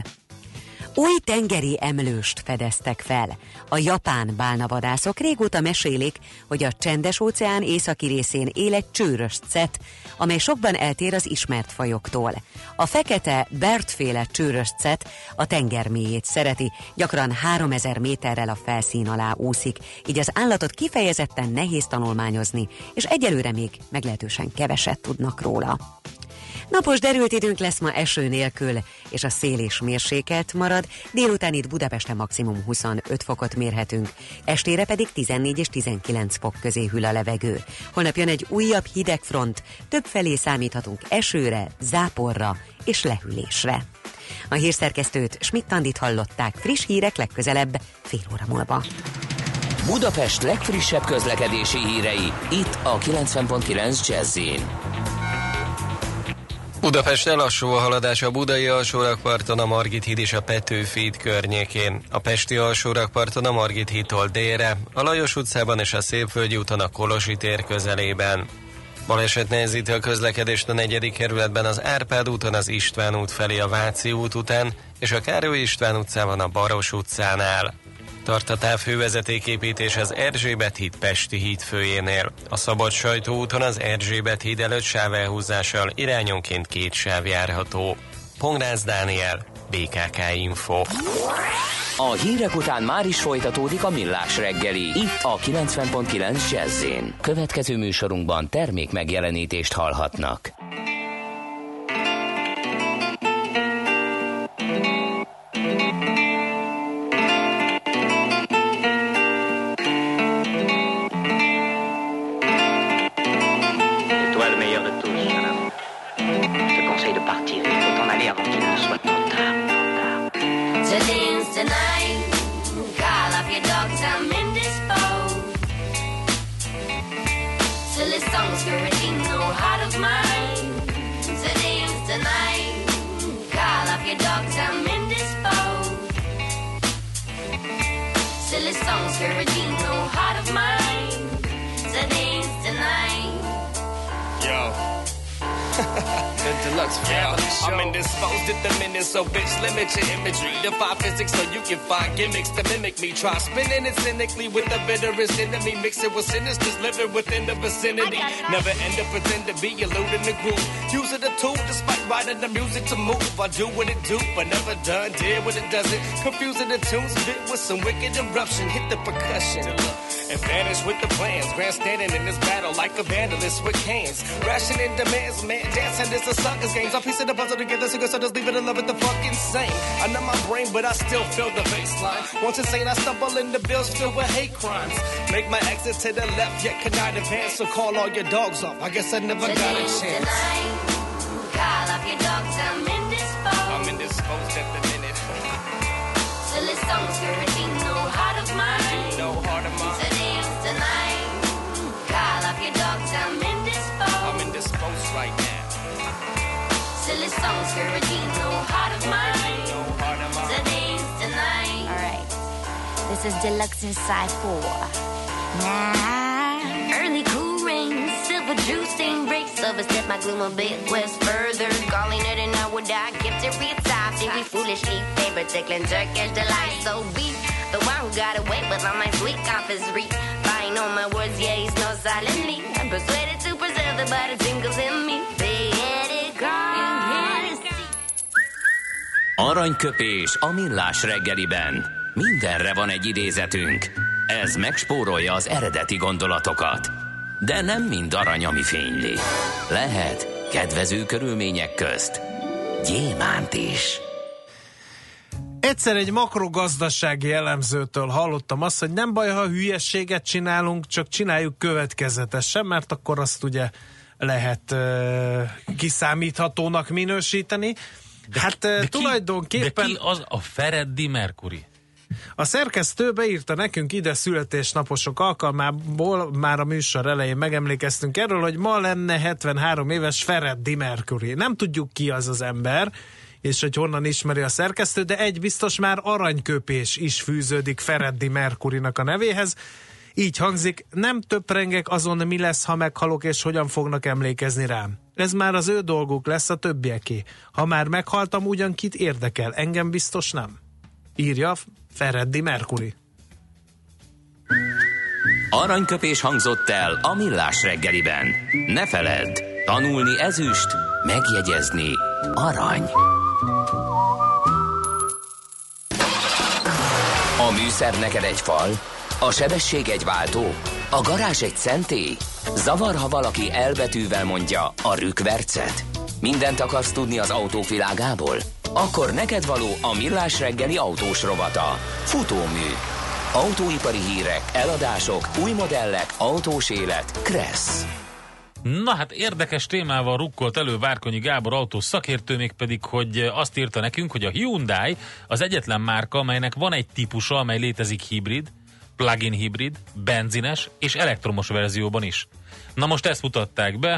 Új tengeri emlőst fedeztek fel. A japán bálnavadászok régóta mesélik, hogy a Csendes-óceán északi részén él egy csőröscet, amely sokban eltér az ismert fajoktól. A fekete Bert-féle csőröscet a tengermélyét szereti, gyakran háromezer méterrel a felszín alá úszik, így az állatot kifejezetten nehéz tanulmányozni, és egyelőre még meglehetősen keveset tudnak róla. Napos derült időnk lesz ma eső nélkül, és a szél is mérsékelt marad, délután itt Budapesten maximum huszonöt fokot mérhetünk, estére pedig tizennégy és tizenkilenc fok közé hűl a levegő. Holnap jön egy újabb hideg front, többfelé számíthatunk esőre, záporra és lehűlésre. A hírszerkesztőt, Schmidt-Andit hallották, friss hírek legközelebb fél óra múlva. Budapest legfrissebb közlekedési hírei, itt a kilencven pont kilenc Jazzyn. Budapesten lassú a haladás a Budai alsórakparton, a Margit híd és a Petőfi híd környékén. A Pesti alsórakparton a Margit hídtól délre, a Lajos utcában és a Szépvölgyi úton a Kolosi tér közelében. Baleset nehezíti a közlekedést a negyedik kerületben az Árpád úton az István út felé a Váci út után, és a Károly István utcában a Baros utcánál. Tart a távhővezetéképítés az Erzsébet híd Pesti híd főjénél. A Szabad Sajtó úton az Erzsébet híd előtt sávelhúzással irányonként két sáv járható. Pongrász Dániel, bé ká ká Info. A hírek után már is folytatódik a Millás reggeli, itt a kilencven pont kilenc Jazzyn. Következő műsorunkban termék megjelenítést hallhatnak. I'm indisposed at the minute, so bitch, limit your imagery. Defy physics so you can find gimmicks to mimic me. Try spinning it cynically with the bitterest enemy. Mix it with sinisters living within the vicinity. Never end up pretend to be eluding the groove. Use it a tool despite writing the music to move. I do what it do, but never done, did what it doesn't. Confusing the tunes, bit with some wicked eruption. Hit the percussion. and vanish with the plans. Grandstanding in this battle like a vandalist with cans. Rationing demands, man, dancing is a sucker's games. I'm piecing the puzzle together, so so just leave it and love it the fucking same. I know my brain, but I still feel the baseline. Once insane, I stumble into bills filled with hate crimes. Make my exit to the left, yet cannot advance, so call all your dogs off. I guess I never Today got a chance. Tonight, call up your dogs, I'm indisposed. I'm indisposed at the minute. Silly songs, guaranteed no heart of mine. No heart of mine. Today is tonight, call up your dogs, I'm indisposed. I'm indisposed right now. Silly songs, guaranteed no heart of mine. No heart of mine. Today is tonight. Alright, this is Deluxe Inside four. Nah. Early cool rain, silver juice stain breaks overstep my gloom a bit west further. Calling it an hour, I kept it real top. Did we foolishly favor tickling Turkish delight so beat? The one who got away with all my sweet confissery. Buying on my words, yeah, he's no silently. I'm persuaded to preserve the body tingles in me. They had it gone. Aranyköpés a millás reggeliben. Mindenre van egy idézetünk. Ez megspórolja az eredeti gondolatokat. De nem mind arany, ami fényli. Lehet kedvező körülmények közt gyémánt is. Egyszer egy makrogazdasági elemzőtől hallottam azt, hogy nem baj, ha hülyességet csinálunk, csak csináljuk következetesen, mert akkor azt ugye lehet uh, kiszámíthatónak minősíteni. De, hát de uh, ki, tulajdonképpen... De ki az a Freddie Mercury? A szerkesztő beírta nekünk ide születésnaposok alkalmából, már a műsor elején megemlékeztünk erről, hogy ma lenne hetvenhárom éves Freddie Mercury. Nem tudjuk ki az az ember, és hogy honnan ismeri a szerkesztő, de egy biztos, már aranyköpés is fűződik Freddie Mercurynak a nevéhez. Így hangzik: nem töprengek azon, mi lesz, ha meghalok, és hogyan fognak emlékezni rám. Ez már az ő dolguk lesz, a többieké. Ha már meghaltam, ugyan kit érdekel, engem biztos nem. Írja Freddie Mercury. Aranyköpés hangzott el a millás reggeliben. Ne feledd, tanulni ezüst, megjegyezni arany. A műszer neked egy fal, a sebesség egy váltó, a garázs egy szentély. Zavar, ha valaki elbetűvel mondja a rükvercet. Mindent akarsz tudni az autók világából? Akkor neked való a millás reggeli autós rovata. Futómű. Autóipari hírek, eladások, új modellek, autós élet. Kressz. Na hát érdekes témával rukkolt elő Várkonyi Gábor autós szakértő, még pedig, hogy azt írta nekünk, hogy a Hyundai az egyetlen márka, amelynek van egy típusa, amely létezik hibrid, plug-in hibrid, benzines és elektromos verzióban is. Na most ezt mutatták be,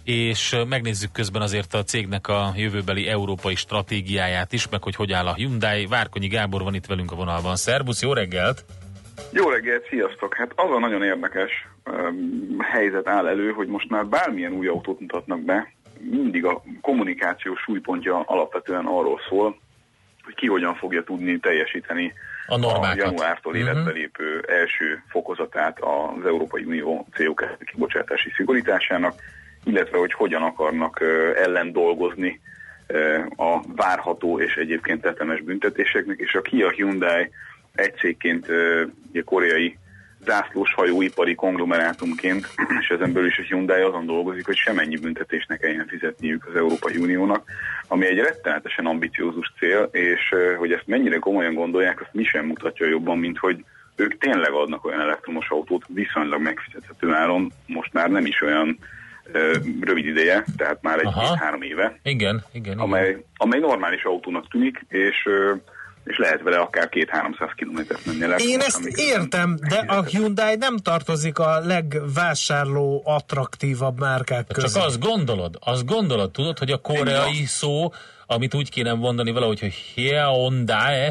és megnézzük közben azért a cégnek a jövőbeli európai stratégiáját is, meg hogy hogy áll a Hyundai. Várkonyi Gábor van itt velünk a vonalban. Szervusz, jó reggelt! Jó reggelt, sziasztok! Hát az a nagyon érdekes um, helyzet áll elő, hogy most már bármilyen új autót mutatnak be, mindig a kommunikáció súlypontja alapvetően arról szól, hogy ki hogyan fogja tudni teljesíteni a, a januártól életbe uh-huh. lépő első fokozatát az Európai Unió cé o kettő kibocsátási szigorításának, illetve hogy hogyan akarnak uh, ellen dolgozni uh, a várható és egyébként tetemes büntetéseknek, és a Kia Hyundai egy cégként uh, koreai zászlós hajóipari konglomerátumként, és ezen belül is a Hyundai azon dolgozik, hogy semennyi büntetést ne kelljen fizetniük az Európai Uniónak, ami egy rettenetesen ambiciózus cél, és uh, hogy ezt mennyire komolyan gondolják, azt mi sem mutatja jobban, mint hogy ők tényleg adnak olyan elektromos autót viszonylag megfizethető áron, most már nem is olyan rövid ideje, tehát már egy-két-három éve, igen, igen, amely, igen. amely normális autónak tűnik, és, és lehet vele akár két-háromszáz kilométert menni el. Én ezt értem, de a Hyundai nem tartozik a legvásárló attraktívabb márkák közé. Csak azt gondolod, azt gondolod, tudod, hogy a koreai szó, amit úgy kéne mondani valahogy, hogy Hyundai,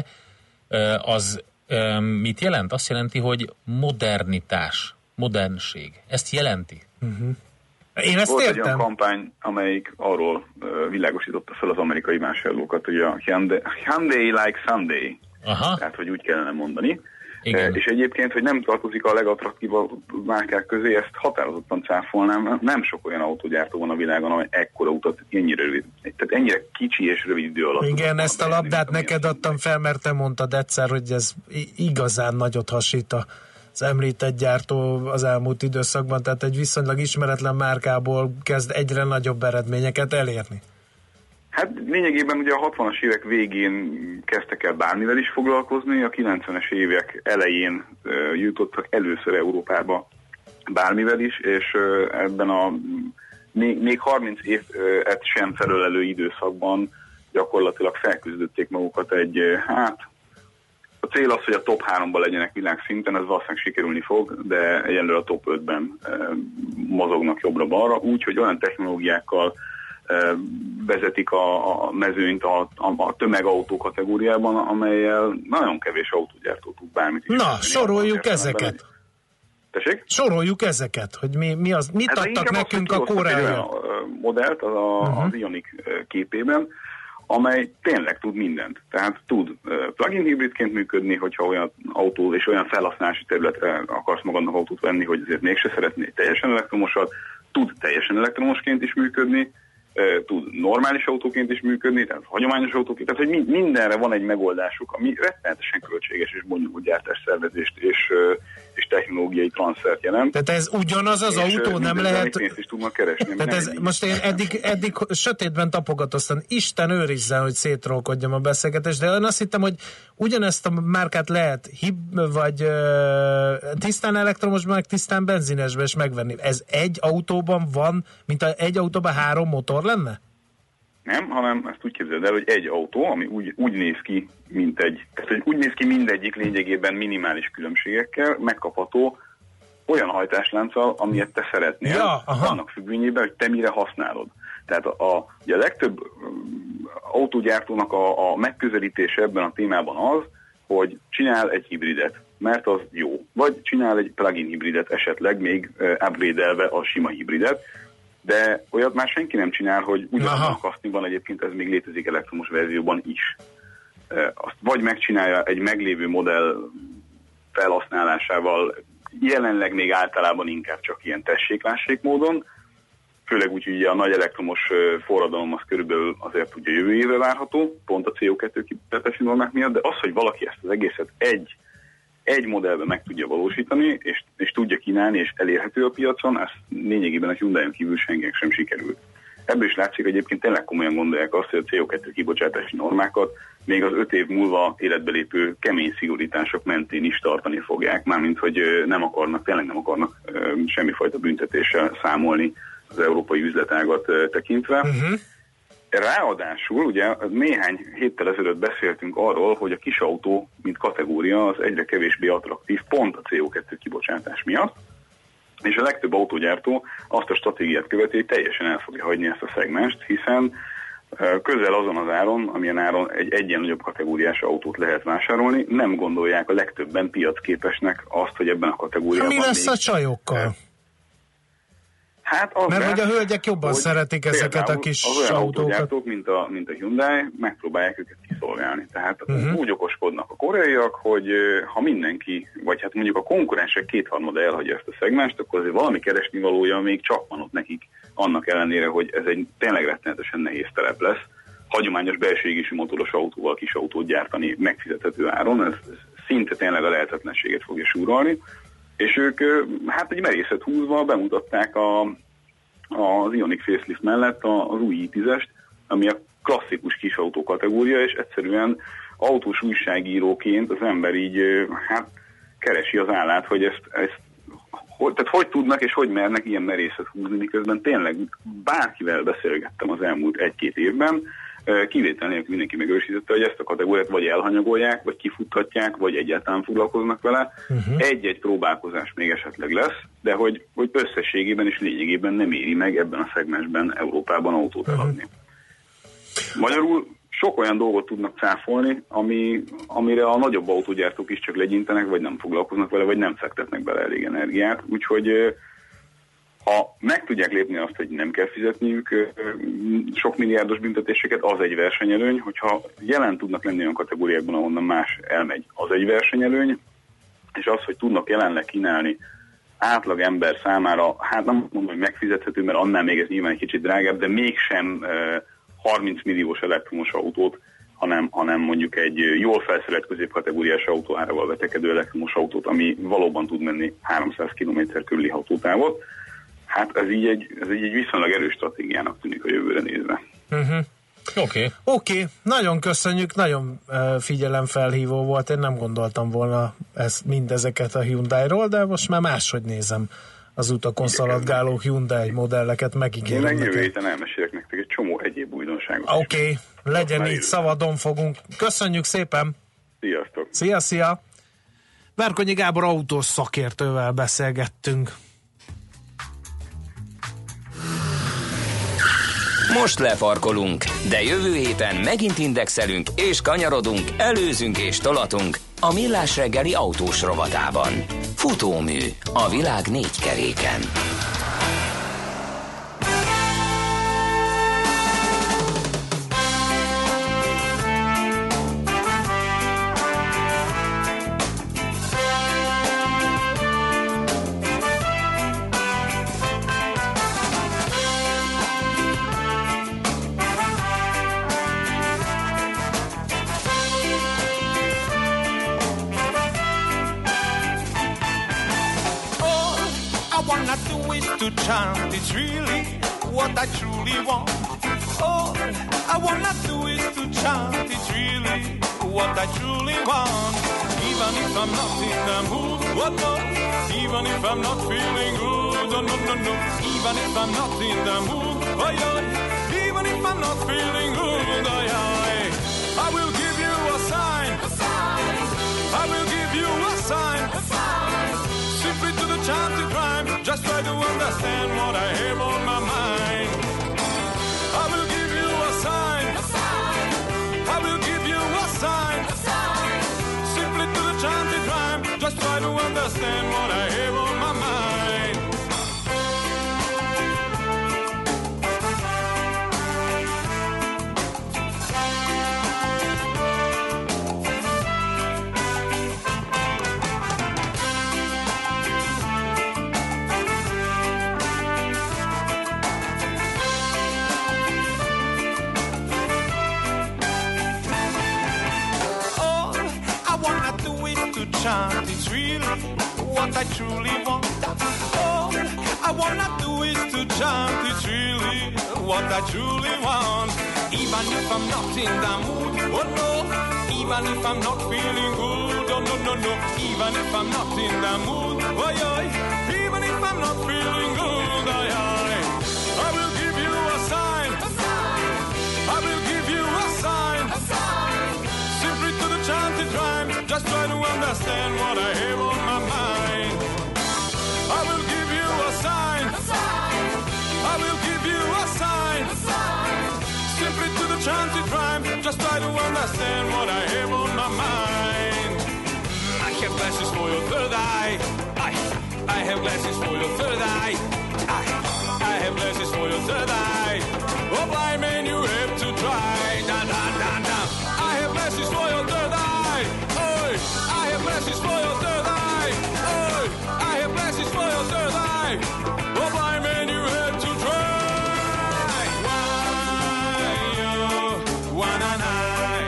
az mit jelent? Azt jelenti, hogy modernitás, modernség. Ezt jelenti. Uh-huh. Én ezt Volt értem. egy olyan kampány, amelyik arról uh, világosította fel az amerikai vásárlókat, hogy a Hyundai, Hyundai like Sunday, aha. tehát hogy úgy kellene mondani. Igen. Uh, és egyébként, hogy nem tartozik a legattraktívabb márkák közé, ezt határozottan cáfolnám. Nem sok olyan autógyártó van a világon, amely ekkora utat ennyire rövid, tehát ennyire kicsi és rövid idő alatt. Igen, ezt a labdát neked adtam fel, mert te mondtad egyszer, hogy ez igazán nagyot hasít a az említett gyártó az elmúlt időszakban, tehát egy viszonylag ismeretlen márkából kezd egyre nagyobb eredményeket elérni. Hát lényegében ugye a hatvanas évek végén kezdtek el bármivel is foglalkozni, a kilencvenes évek elején uh, jutottak először Európába bármivel is, és uh, ebben a még, még harminc évet sem felölelő időszakban gyakorlatilag felküzdötték magukat egy, hát a cél az, hogy a top háromban legyenek világszinten, ez valószínűleg sikerülni fog, de egyelőre a top ötben uh, mozognak jobbra-balra, úgy, hogy olyan technológiákkal vezetik a, a mezőnyt a, a, a tömegautó kategóriában, amelyel nagyon kevés autógyártó tud bármit is. Na, soroljuk ezeket. Tessék? Soroljuk ezeket, hogy mi, mi az, mit hát adtak nekünk a koreaiak. Modellt az, a, uh-huh. az Ioniq képében, amely tényleg tud mindent. Tehát tud plug-in hibridként működni, hogyha olyan autó és olyan felhasználási területre akarsz magadnak autót venni, hogy azért mégse szeretnél teljesen elektromosat, tud teljesen elektromosként is működni, tud normális autóként is működni, tehát hagyományos autóként, tehát hogy mindenre van egy megoldásuk, ami rettenetesen költséges és bonyolult gyártásszervezést és, és technológiai transzfert jelent. Tehát ez ugyanaz az és autó, nem lehet... pénzt is tudnak keresni. Tehát ez, most én eddig, eddig sötétben tapogatoztam, Isten őrizzen, hogy szétrolkodjam a beszélgetést, de én azt hittem, hogy ugyanezt a márkát lehet hib, vagy uh, tisztán elektromosban, meg tisztán benzinesben is megvenni. Ez egy autóban van, mint a, egy autóban három motor lenne? Nem, hanem ezt úgy képzeld el, hogy egy autó, ami úgy, úgy néz ki, mint egy, tehát hogy úgy néz ki mindegyik lényegében minimális különbségekkel, megkapható olyan hajtáslánccal, amilyet te szeretnél, ja, annak függvényében, hogy te mire használod. Tehát a, a, ugye a legtöbb um, autógyártónak a, a megközelítése ebben a témában az, hogy csinál egy hibridet, mert az jó. Vagy csinál egy plug-in hibridet esetleg, még uh, upgrade-elve a sima hibridet, de olyat már senki nem csinál, hogy ugyanazon a kaszniban egyébként ez még létezik elektromos verzióban is. Uh, azt vagy megcsinálja egy meglévő modell felhasználásával, jelenleg még általában inkább csak ilyen tessék-lássék módon, főleg úgy, hogy a nagy elektromos forradalom az körülbelül azért ugye jövő évre várható, pont a cé o kettő kibocsátási normák miatt, de az, hogy valaki ezt az egészet egy, egy modellben meg tudja valósítani, és, és tudja kínálni, és elérhető a piacon, ez lényegében a Hyundai-on kívül senkinek sem sikerült. Ebből is látszik, hogy egyébként tényleg komolyan gondolják azt, hogy a cé o kettő kibocsátási normákat még az öt év múlva életbe lépő kemény szigorítások mentén is tartani fogják, mármint hogy nem akarnak, tényleg nem akarnak semmifajta büntetéssel számolni az európai üzletágat tekintve. Uh-huh. Ráadásul ugye néhány héttel ezelőtt beszéltünk arról, hogy a kisautó, mint kategória, az egyre kevésbé attraktív pont a cé o kettő kibocsátás miatt, és a legtöbb autógyártó azt a stratégiát követi, hogy teljesen el fogja hagyni ezt a szegmenst, hiszen közel azon az áron, amilyen áron egy egyen nagyobb kategóriás autót lehet vásárolni, nem gondolják a legtöbben piacképesnek azt, hogy ebben a kategóriában... Mi lesz a csajokkal? Hát az Mert lesz, hogy a hölgyek jobban szeretik ezeket a kis az olyan autókat. autógyártók, mint a, mint a Hyundai, megpróbálják őket kiszolgálni. Tehát uh-huh. úgy okoskodnak a koreaiak, hogy ha mindenki, vagy hát mondjuk a konkurensek kétharmada elhagyja ezt a szegmást, akkor azért valami keresnivalója még csak van ott nekik, annak ellenére, hogy ez egy tényleg rettenetesen nehéz terep lesz. Hagyományos belső égésű motoros autóval kis autót gyártani megfizethető áron, ez, ez szinte tényleg a lehetetlenséget fogja súrolni. És ők hát egy merészet húzva bemutatták a, az Ioniq facelift mellett az új i tízest, ami a klasszikus kisautó kategória, és egyszerűen autós újságíróként az ember így hát keresi az állát, hogy ezt, ezt hogy, tehát hogy tudnak és hogy mernek ilyen merészet húzni, miközben tényleg bárkivel beszélgettem az elmúlt egy-két évben, kivétel nélkül mindenki megősítette, hogy ezt a kategóriát vagy elhanyagolják, vagy kifuthatják, vagy egyáltalán foglalkoznak vele. Uh-huh. Egy-egy próbálkozás még esetleg lesz, de hogy, hogy összességében és lényegében nem éri meg ebben a szegmensben Európában autót eladni. Uh-huh. Magyarul sok olyan dolgot tudnak cáfolni, ami, amire a nagyobb autógyártók is csak legyintenek, vagy nem foglalkoznak vele, vagy nem fektetnek bele elég energiát. Úgyhogy ha meg tudják lépni azt, hogy nem kell fizetniük sok milliárdos büntetéseket, az egy versenyelőny, hogyha jelen tudnak lenni olyan kategóriákban, ahonnan más elmegy, az egy versenyelőny, és az, hogy tudnak jelenleg kínálni átlag ember számára, hát nem mondom, hogy megfizethető, mert annál még ez nyilván egy kicsit drágább, de mégsem harminc milliós elektromos autót, hanem, hanem mondjuk egy jól felszerelt középkategóriás autóárával vetekedő elektromos autót, ami valóban tud menni háromszáz kilométer körüli hatótávot. Hát ez így egy, ez így egy viszonylag erős stratégiának tűnik a jövőre nézve. Uh-huh. Oké. Okay. Oké, okay. Nagyon köszönjük, nagyon uh, figyelemfelhívó volt, én nem gondoltam volna ezt, mindezeket a Hyundai-ról, de most már máshogy nézem az utakon szaladgáló Hyundai modelleket, megígérem neked. Jövő héten elmesélek nektek egy csomó egyéb újdonságot. Oké, okay. Legyen így, szabadon fogunk. Köszönjük szépen! Sziasztok! Szia, szia! Várkonyi Gábor autós szakértővel beszélgettünk. Most lefarkolunk, de jövő héten megint indexelünk és kanyarodunk, előzünk és tolatunk a Millás reggeli autós rovatában. Futómű a világ négy keréken. To chant, it's really what I truly want. All I wanna do is to chant, it's really what I truly want. Even if I'm not in the mood, what no? Even if I'm not feeling good, oh no, no, no. Even if I'm not in the mood, oh yeah. Even if I'm not feeling good, oh yeah. I will give you a sign, a sign. I will give you a sign, a sign. Simply to the chanted rhyme, just try to understand what I have on my mind. I will give you a sign, a sign. I will give you a sign, a sign. Simply to the chanted rhyme, just try to understand what I have on my mind. Chant, it's really what I truly want. All I wanna do is to chant, it's really what I truly want. Even if I'm not in the mood, oh no. Even if I'm not feeling good, oh no, no, no. Even if I'm not in the mood, oh yeah. Even if I'm not feeling good, oh yeah. I will give you a sign, a sign. I will give you a sign, a sign. Simply to the chanted rhyme, just try to understand what I have on my mind. I will give you a sign, a sign. I will give you a sign, a sign. Simply to the chanted rhyme, just try to understand what I have on my mind. I have glasses for your third eye. I, I have glasses for your third eye. I, I have glasses for your third eye. Oh, blind man, you have to try. Da, da, da, da. I have glasses for your third eye. Oh, I have glasses for your third eye. Oh, I have glasses for your third eye. Oh, blind man, you have to try. Why, oh, why, na, na.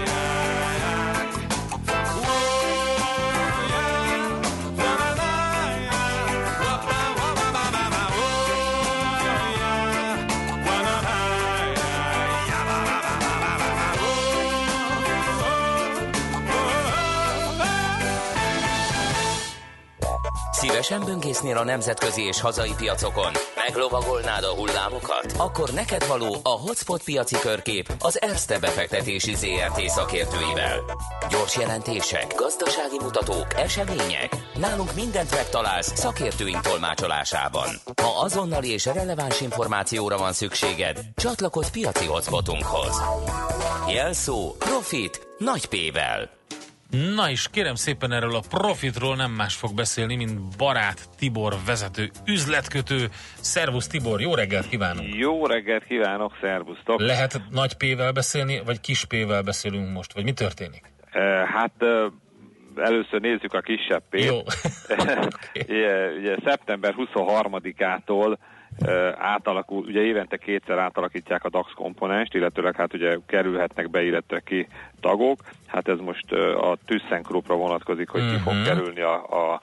Szívesen böngésznél a nemzetközi és hazai piacokon? Meglovagolnád a hullámokat? Akkor neked való a Hotspot piaci körkép az Erste befektetési zé er té szakértőivel. Gyors jelentések, gazdasági mutatók, események. Nálunk mindent megtalálsz szakértőink tolmácsolásában. Ha azonnali és releváns információra van szükséged, csatlakozz piaci hotspotunkhoz. Jelszó Profit nagy P-vel. Na és kérem szépen, erről a Profitról nem más fog beszélni, mint Barát Tibor vezető üzletkötő. Szervusz Tibor, jó reggelt kívánunk! Jó reggelt kívánok, szervusztok! Lehet nagy P-vel beszélni, vagy kis P-vel beszélünk most, vagy mi történik? Uh, hát uh, először nézzük a kisebb P-t. Jó. ugye, ugye szeptember huszonharmadikától átalakul, ugye évente kétszer átalakítják a DAX komponenst, illetőleg hát ugye kerülhetnek be, illetve ki tagok. Hát ez most a ThyssenKruppra vonatkozik, hogy ki fog kerülni a, a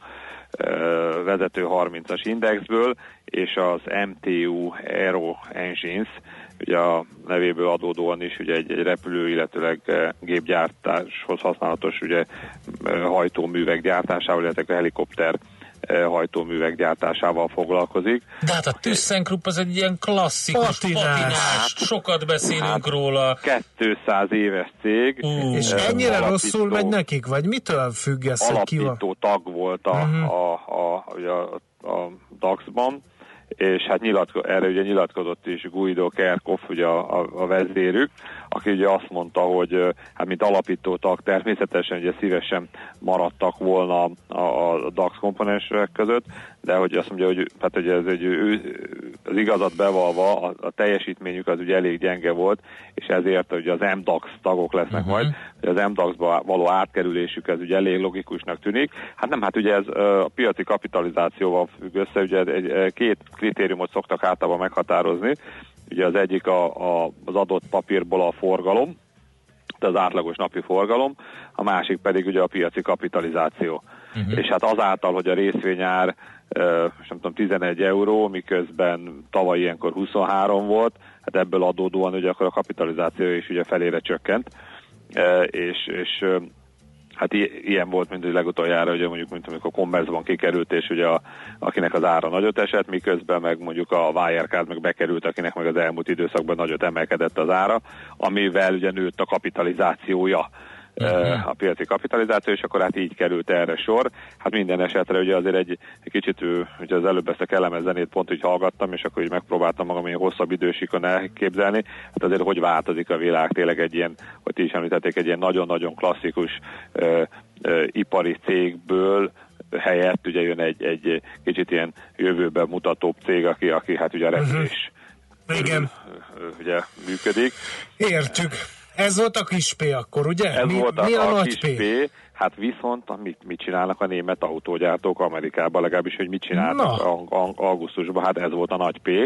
vezető harmincas indexből, és az em té u Aero Engines, ugye a nevéből adódóan is ugye egy, egy repülő, illetőleg gépgyártáshoz használatos ugye hajtóművek gyártásával, illetve helikopter hajtóművek gyártásával foglalkozik. De hát a ThyssenKrupp az egy ilyen klasszikus patinás, sokat beszélünk hát, róla. kétszáz éves cég. Uh. És ennyire alapító, rosszul megy nekik? Vagy mitől függ ez? Alapító tag volt a, uh-huh. a, a, a, a DAX-ban, és hát nyilatko- erre ugye nyilatkozott is Guido Kerkhoff, ugye a, a, a vezérük, aki ugye azt mondta, hogy hát mint alapító tag természetesen ugye szívesen maradtak volna a, a DAX komponensek között, de hogy azt mondja, hogy, hát, hogy ez egy, ő, az igazat bevalva a, a teljesítményük az ugye elég gyenge volt, és ezért ugye az em dax tagok lesznek uh-huh. majd, hogy az em dax-ba való átkerülésük ez ugye elég logikusnak tűnik. Hát nem, hát ugye ez a piaci kapitalizációval függ össze, ugye egy, két kritériumot szoktak általában meghatározni. Ugye az egyik a, a, az adott papírból a forgalom, az átlagos napi forgalom, a másik pedig ugye a piaci kapitalizáció. Uh-huh. És hát azáltal, hogy a részvényár most nem tudom, tizenegy euró, miközben tavaly ilyenkor huszonhárom volt, hát ebből adódóan ugye akkor a kapitalizáció is ugye felére csökkent, és, és hát ilyen volt, mint hogy legutoljára, ugye mondjuk, mint amikor a Commerzban kikerült, és ugye a, akinek az ára nagyot esett, miközben meg mondjuk a Wirecard meg bekerült, akinek meg az elmúlt időszakban nagyot emelkedett az ára, amivel ugye nőtt a kapitalizációja, uh-huh. a piaci kapitalizáció, és akkor hát így került erre sor. Hát minden esetre ugye azért egy, egy kicsit, ugye az előbb ezt a kellemes zenét pont így hallgattam, és akkor így megpróbáltam magam ilyen hosszabb idősikon elképzelni. Hát azért hogy változik a világ tényleg egy ilyen, hogy ti is említették, egy ilyen nagyon-nagyon klasszikus ö, ö, ipari cégből helyett ugye jön egy, egy kicsit ilyen jövőben mutatóbb cég, aki, aki hát ugye a repülés uh-huh. Igen. ugye működik. Értjük. Ez volt a kis P akkor, ugye? Ez mi, volt a, mi a, a nagy kis P? P. Hát viszont mit, mit csinálnak a német autógyártók Amerikában, legalábbis, hogy mit csinálnak augusztusban, hát ez volt a nagy P.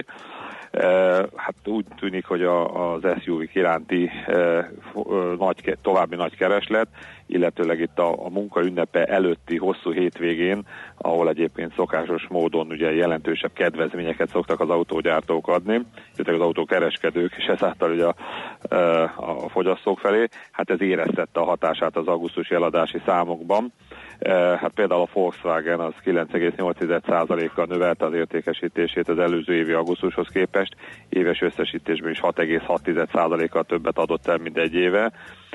Uh, hát úgy tűnik, hogy a, az es u vé-k iránti uh, uh, nagy, további nagy kereslet, illetőleg itt a, a munka ünnepe előtti hosszú hétvégén, ahol egyébként szokásos módon ugye jelentősebb kedvezményeket szoktak az autógyártók adni, illetve az autókereskedők, és ezáltal ugye a, a fogyasztók felé, hát ez éreztette a hatását az augusztusi eladási számokban. Hát például a Volkswagen az kilenc egész nyolc százalékkal növelte az értékesítését az előző évi augusztushoz képest, éves összesítésben is hat egész hat százalékkal többet adott el, mint egy éve.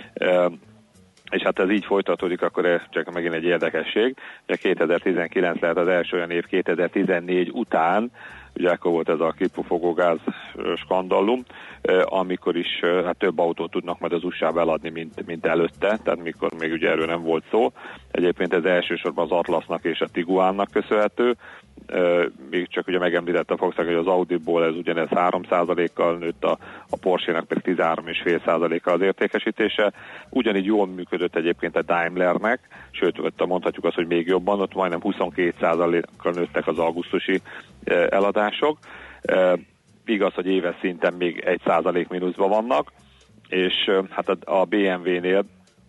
És hát ez így folytatódik, akkor csak megint egy érdekesség. Ugye kétezer-tizenkilenc lehet az első olyan év kétezer-tizennégy után, ugye akkor volt ez a kipufogógáz skandallum, amikor is hát több autót tudnak majd az u es á-ba eladni, mint, mint előtte, tehát mikor még ugye erről nem volt szó. Egyébként ez elsősorban az Atlasnak és a Tiguannak köszönhető, még csak ugye megemlítette a Volkswagen, hogy az Audiból ez ugyanez három százalékkal nőtt, a, a Porsche-nak pedig tizenhárom egész öt százalékkal az értékesítése. Ugyanígy jól működött egyébként a Daimlernek, sőt, ott mondhatjuk azt, hogy még jobban, ott majdnem huszonkét százalékkal nőttek az augusztusi eladások. Igaz, hogy éves szinten még egy százalék mínuszban vannak, és hát a bé em vé-nél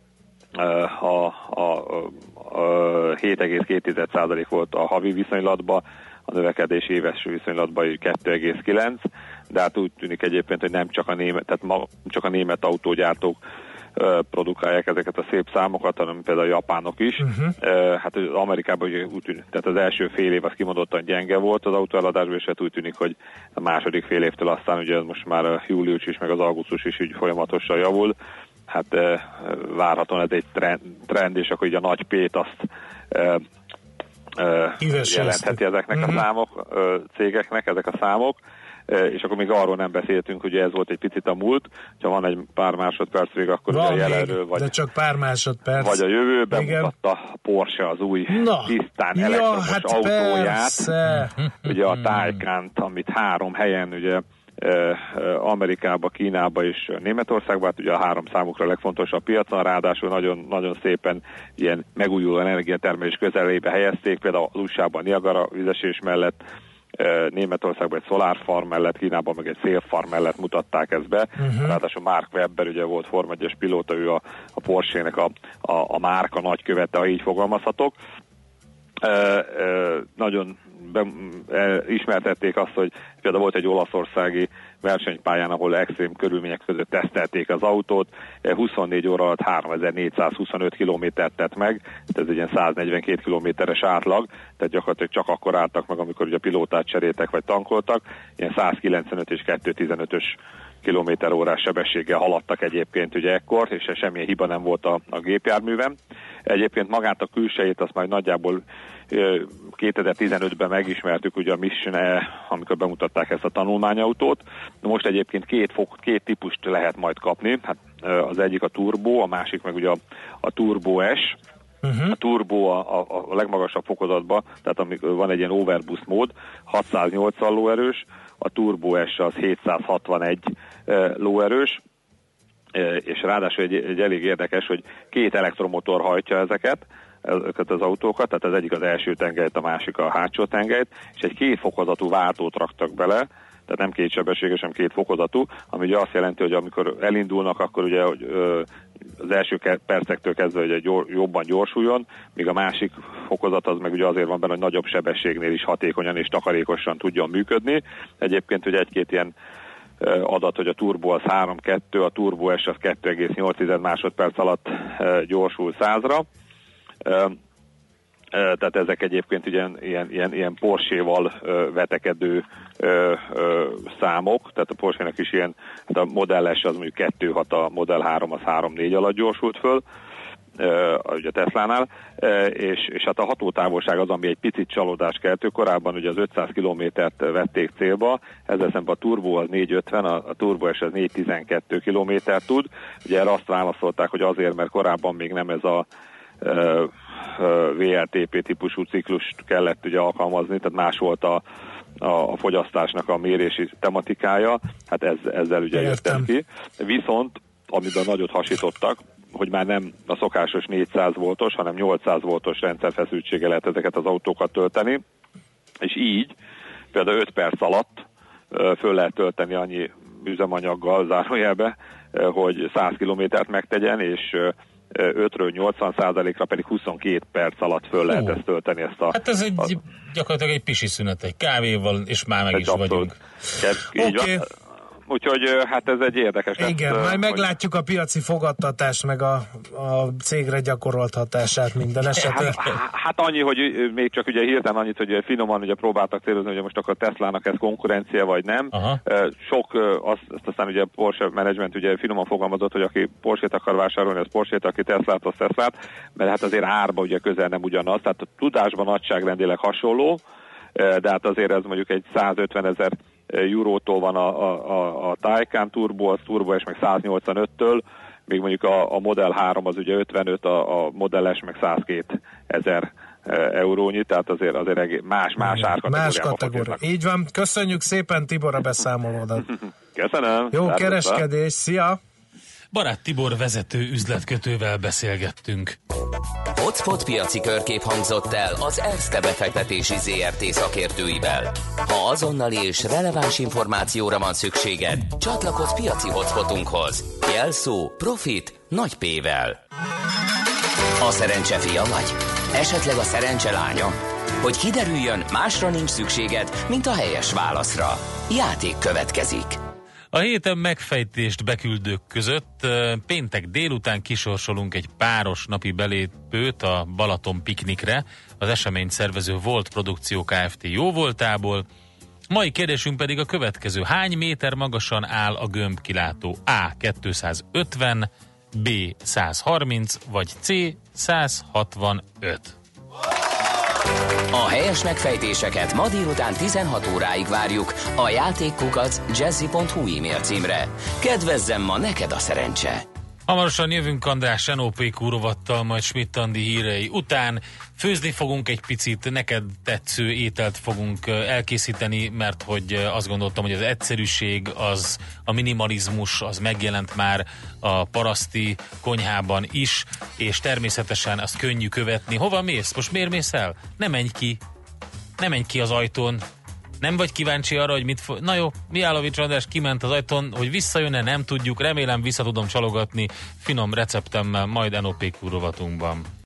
a, a, a hét egész két százalék volt a havi viszonylatban, a növekedés éves viszonylatban kettő egész kilenc, de hát úgy tűnik egyébként, hogy nem csak a német, tehát ma, csak a német autógyártók produkálják ezeket a szép számokat, hanem például a japánok is. Uh-huh. Hát az Amerikában ugye úgy tűnik, tehát az első fél év az kimondottan gyenge volt az autóeladásban, és hát úgy tűnik, hogy a második fél évtől aztán ugye most már a július is, meg az augusztus is úgy folyamatosan javul. Hát eh, várhatóan ez egy trend, trend, és akkor ugye a nagy P-t azt eh, eh, jelentheti ezeknek uh-huh. a számok, eh, cégeknek, ezek a számok. És akkor még arról nem beszéltünk, hogy ez volt egy picit a múlt, ha van egy pár másodperc még, akkor van ugye a jelenről, vagy, de csak pár másodperc. Vagy a jövőben mutatta a Porsche az új Na, tisztán ja, elektromos hát autóját, persze. Ugye a Taycant, amit három helyen ugye Amerikába, Kínába és Németországba, hát ugye a három számukra legfontosabb piacon, ráadásul nagyon, nagyon szépen ilyen megújuló energiatermelés közelébe helyezték, például az u es á-ban Niagara vizesés mellett, Németországban egy szolárfarm mellett, Kínában meg egy szélfarm mellett mutatták ezt be. Uh-huh. Ráadásul Mark Webber ugye volt Forma egyes pilóta, ő a, a Porsche-nek a, a, a márka nagykövete, ha így fogalmazhatok. E, e, nagyon be, e, ismertették azt, hogy például volt egy olaszországi versenypályán, ahol extrém körülmények között tesztelték az autót, huszonnégy óra alatt háromezer-négyszázhuszonöt kilométert tett meg, tehát ez egy ilyen száznegyvenkét kilométeres átlag, tehát gyakorlatilag csak akkor álltak meg, amikor ugye a pilótát cseréltek vagy tankoltak, ilyen százkilencvenöt és kétszáztizenötös kilométer órás sebességgel haladtak egyébként ugye ekkor, és semmilyen hiba nem volt a, a gépjárművem. Egyébként magát a külsejét azt majd nagyjából kétezer-tizenötben megismertük ugye a Mission E, amikor bemutatták ezt a tanulmányautót. Most egyébként két, fok, két típust lehet majd kapni. Hát az egyik a Turbo, a másik meg ugye a, a Turbo S. Uh-huh. A Turbo a, a, a legmagasabb fokozatban, tehát amikor van egy ilyen overboost mód, hatszáznyolcvan lóerős, a Turbo S az hétszázhatvanegy lóerős, és ráadásul egy, egy elég érdekes, hogy két elektromotor hajtja ezeket, ezeket az autókat, tehát az egyik az első tengelyt, a másik a hátsó tengelyt, és egy kétfokozatú váltót raktak bele, tehát nem kétsebességes, hanem két fokozatú, ami ugye azt jelenti, hogy amikor elindulnak, akkor ugye hogy, ö, az első percektől kezdve hogy gyor, jobban gyorsuljon, míg a másik fokozat az meg ugye azért van benne, hogy nagyobb sebességnél is hatékonyan és takarékosan tudjon működni. Egyébként ugye egy-két ilyen adat, hogy a Turbo az három kettő, a Turbo S az kettő egész nyolc másodperc alatt gyorsul százra. Tehát ezek egyébként ilyen, ilyen, ilyen, ilyen Porsche-val vetekedő ö, ö, számok, tehát a Porsche-nek is ilyen, hát a Model S az mondjuk kettő hat, a Model három az három négy alatt gyorsult föl, ö, ugye a Teslánál, ö, és, és hát a hatótávolság az, ami egy picit csalódás keltő. Korábban ugye az ötszáz kilométert vették célba, ezzel szemben a Turbo az négyszázötven, a, a Turbo S az négyszáztizenkettő kilométert tud. Ugye erre azt válaszolták, hogy azért, mert korábban még nem ez a ö, vé er té pé típusú ciklust kellett ugye alkalmazni, tehát más volt a, a, a fogyasztásnak a mérési tematikája, hát ez, ezzel ugye jöttem ki. Viszont, amiben nagyot hasítottak, hogy már nem a szokásos négyszáz voltos, hanem nyolcszáz voltos rendszerfeszültséggel lehet ezeket az autókat tölteni, és így például öt perc alatt föl lehet tölteni annyi üzemanyaggal zárójelbe, hogy száz kilométert megtegyen, és ötről nyolcvan százalékra pedig huszonkét perc alatt föl lehet ezt tölteni. Ezt a, hát ez egy, a, gyakorlatilag egy pisi szünet, egy kávéval, és már meg is abszolút. vagyunk. Oké. Okay. Úgyhogy hát ez egy érdekes. Igen, ezt, majd meglátjuk a piaci fogadtatást, meg a, a cégre gyakorolt hatását minden esetben. Hát, hát annyi, hogy még csak ugye hirtelen annyit, hogy finoman ugye próbáltak célozni, hogy most akkor a Teslának ez konkurencia, vagy nem. Aha. Sok, azt, azt aztán ugye Porsche Management ugye finoman fogalmazott, hogy aki Porsche-t akar vásárolni, az Porsche-t, aki Teslát, az Teslát, mert hát azért árba ugye közel nem ugyanaz, tehát a tudásban nagyságrendileg hasonló, de hát azért ez mondjuk egy százötvenezer eurótól van a, a, a, a Taycan Turbo, az Turbo S meg száznyolcvanöttől, még mondjuk a, a Model három az ugye ötvenöt, a, a Model S meg százkettő ezer eurónyi, tehát azért, azért más-más árkategóriában. Más kategória. Így van. Köszönjük szépen, Tibor, a beszámolódat. Köszönöm. Jó kereskedés, szia! Barát Tibor vezető üzletkötővel beszélgettünk. Hotspot piaci körkép hangzott el az Erste befektetési zé er té szakértőivel. Ha azonnali és releváns információra van szükséged, csatlakozz piaci hotspotunkhoz. Jelszó Profit nagy P-vel. A szerencse fia vagy? Esetleg a szerencse lánya? Hogy kiderüljön, másra nincs szükséged, mint a helyes válaszra. Játék következik. A héten megfejtést beküldők között péntek délután kisorsolunk egy páros napi belépőt a Balaton piknikre, az eseményt szervező Volt Produkció Kft. Jóvoltából. Mai kérdésünk pedig a következő. Hány méter magasan áll a gömbkilátó? A. kétszázötven, B. százharminc, vagy C. százhatvanöt? A helyes megfejtéseket ma délután tizenhat óráig várjuk a játékkukac jazzy pont hu e-mail címre. Kedvezzem ma neked a szerencse! Hamarosan jövünk András en o pé rovattal, majd Schmidt Andi hírei után. Főzni fogunk egy picit, neked tetsző ételt fogunk elkészíteni, mert hogy azt gondoltam, hogy az egyszerűség, az a minimalizmus, az megjelent már a paraszti konyhában is, és természetesen azt könnyű követni. Hova mész? Most miért mész el? Ne menj ki, ne menj ki az ajtón, Nem vagy kíváncsi arra, hogy mit fog... Na jó, Mihálovics András kiment az ajtón, hogy visszajön-e, nem tudjuk, remélem vissza tudom csalogatni finom receptemmel, majd en o pé rovatunkban.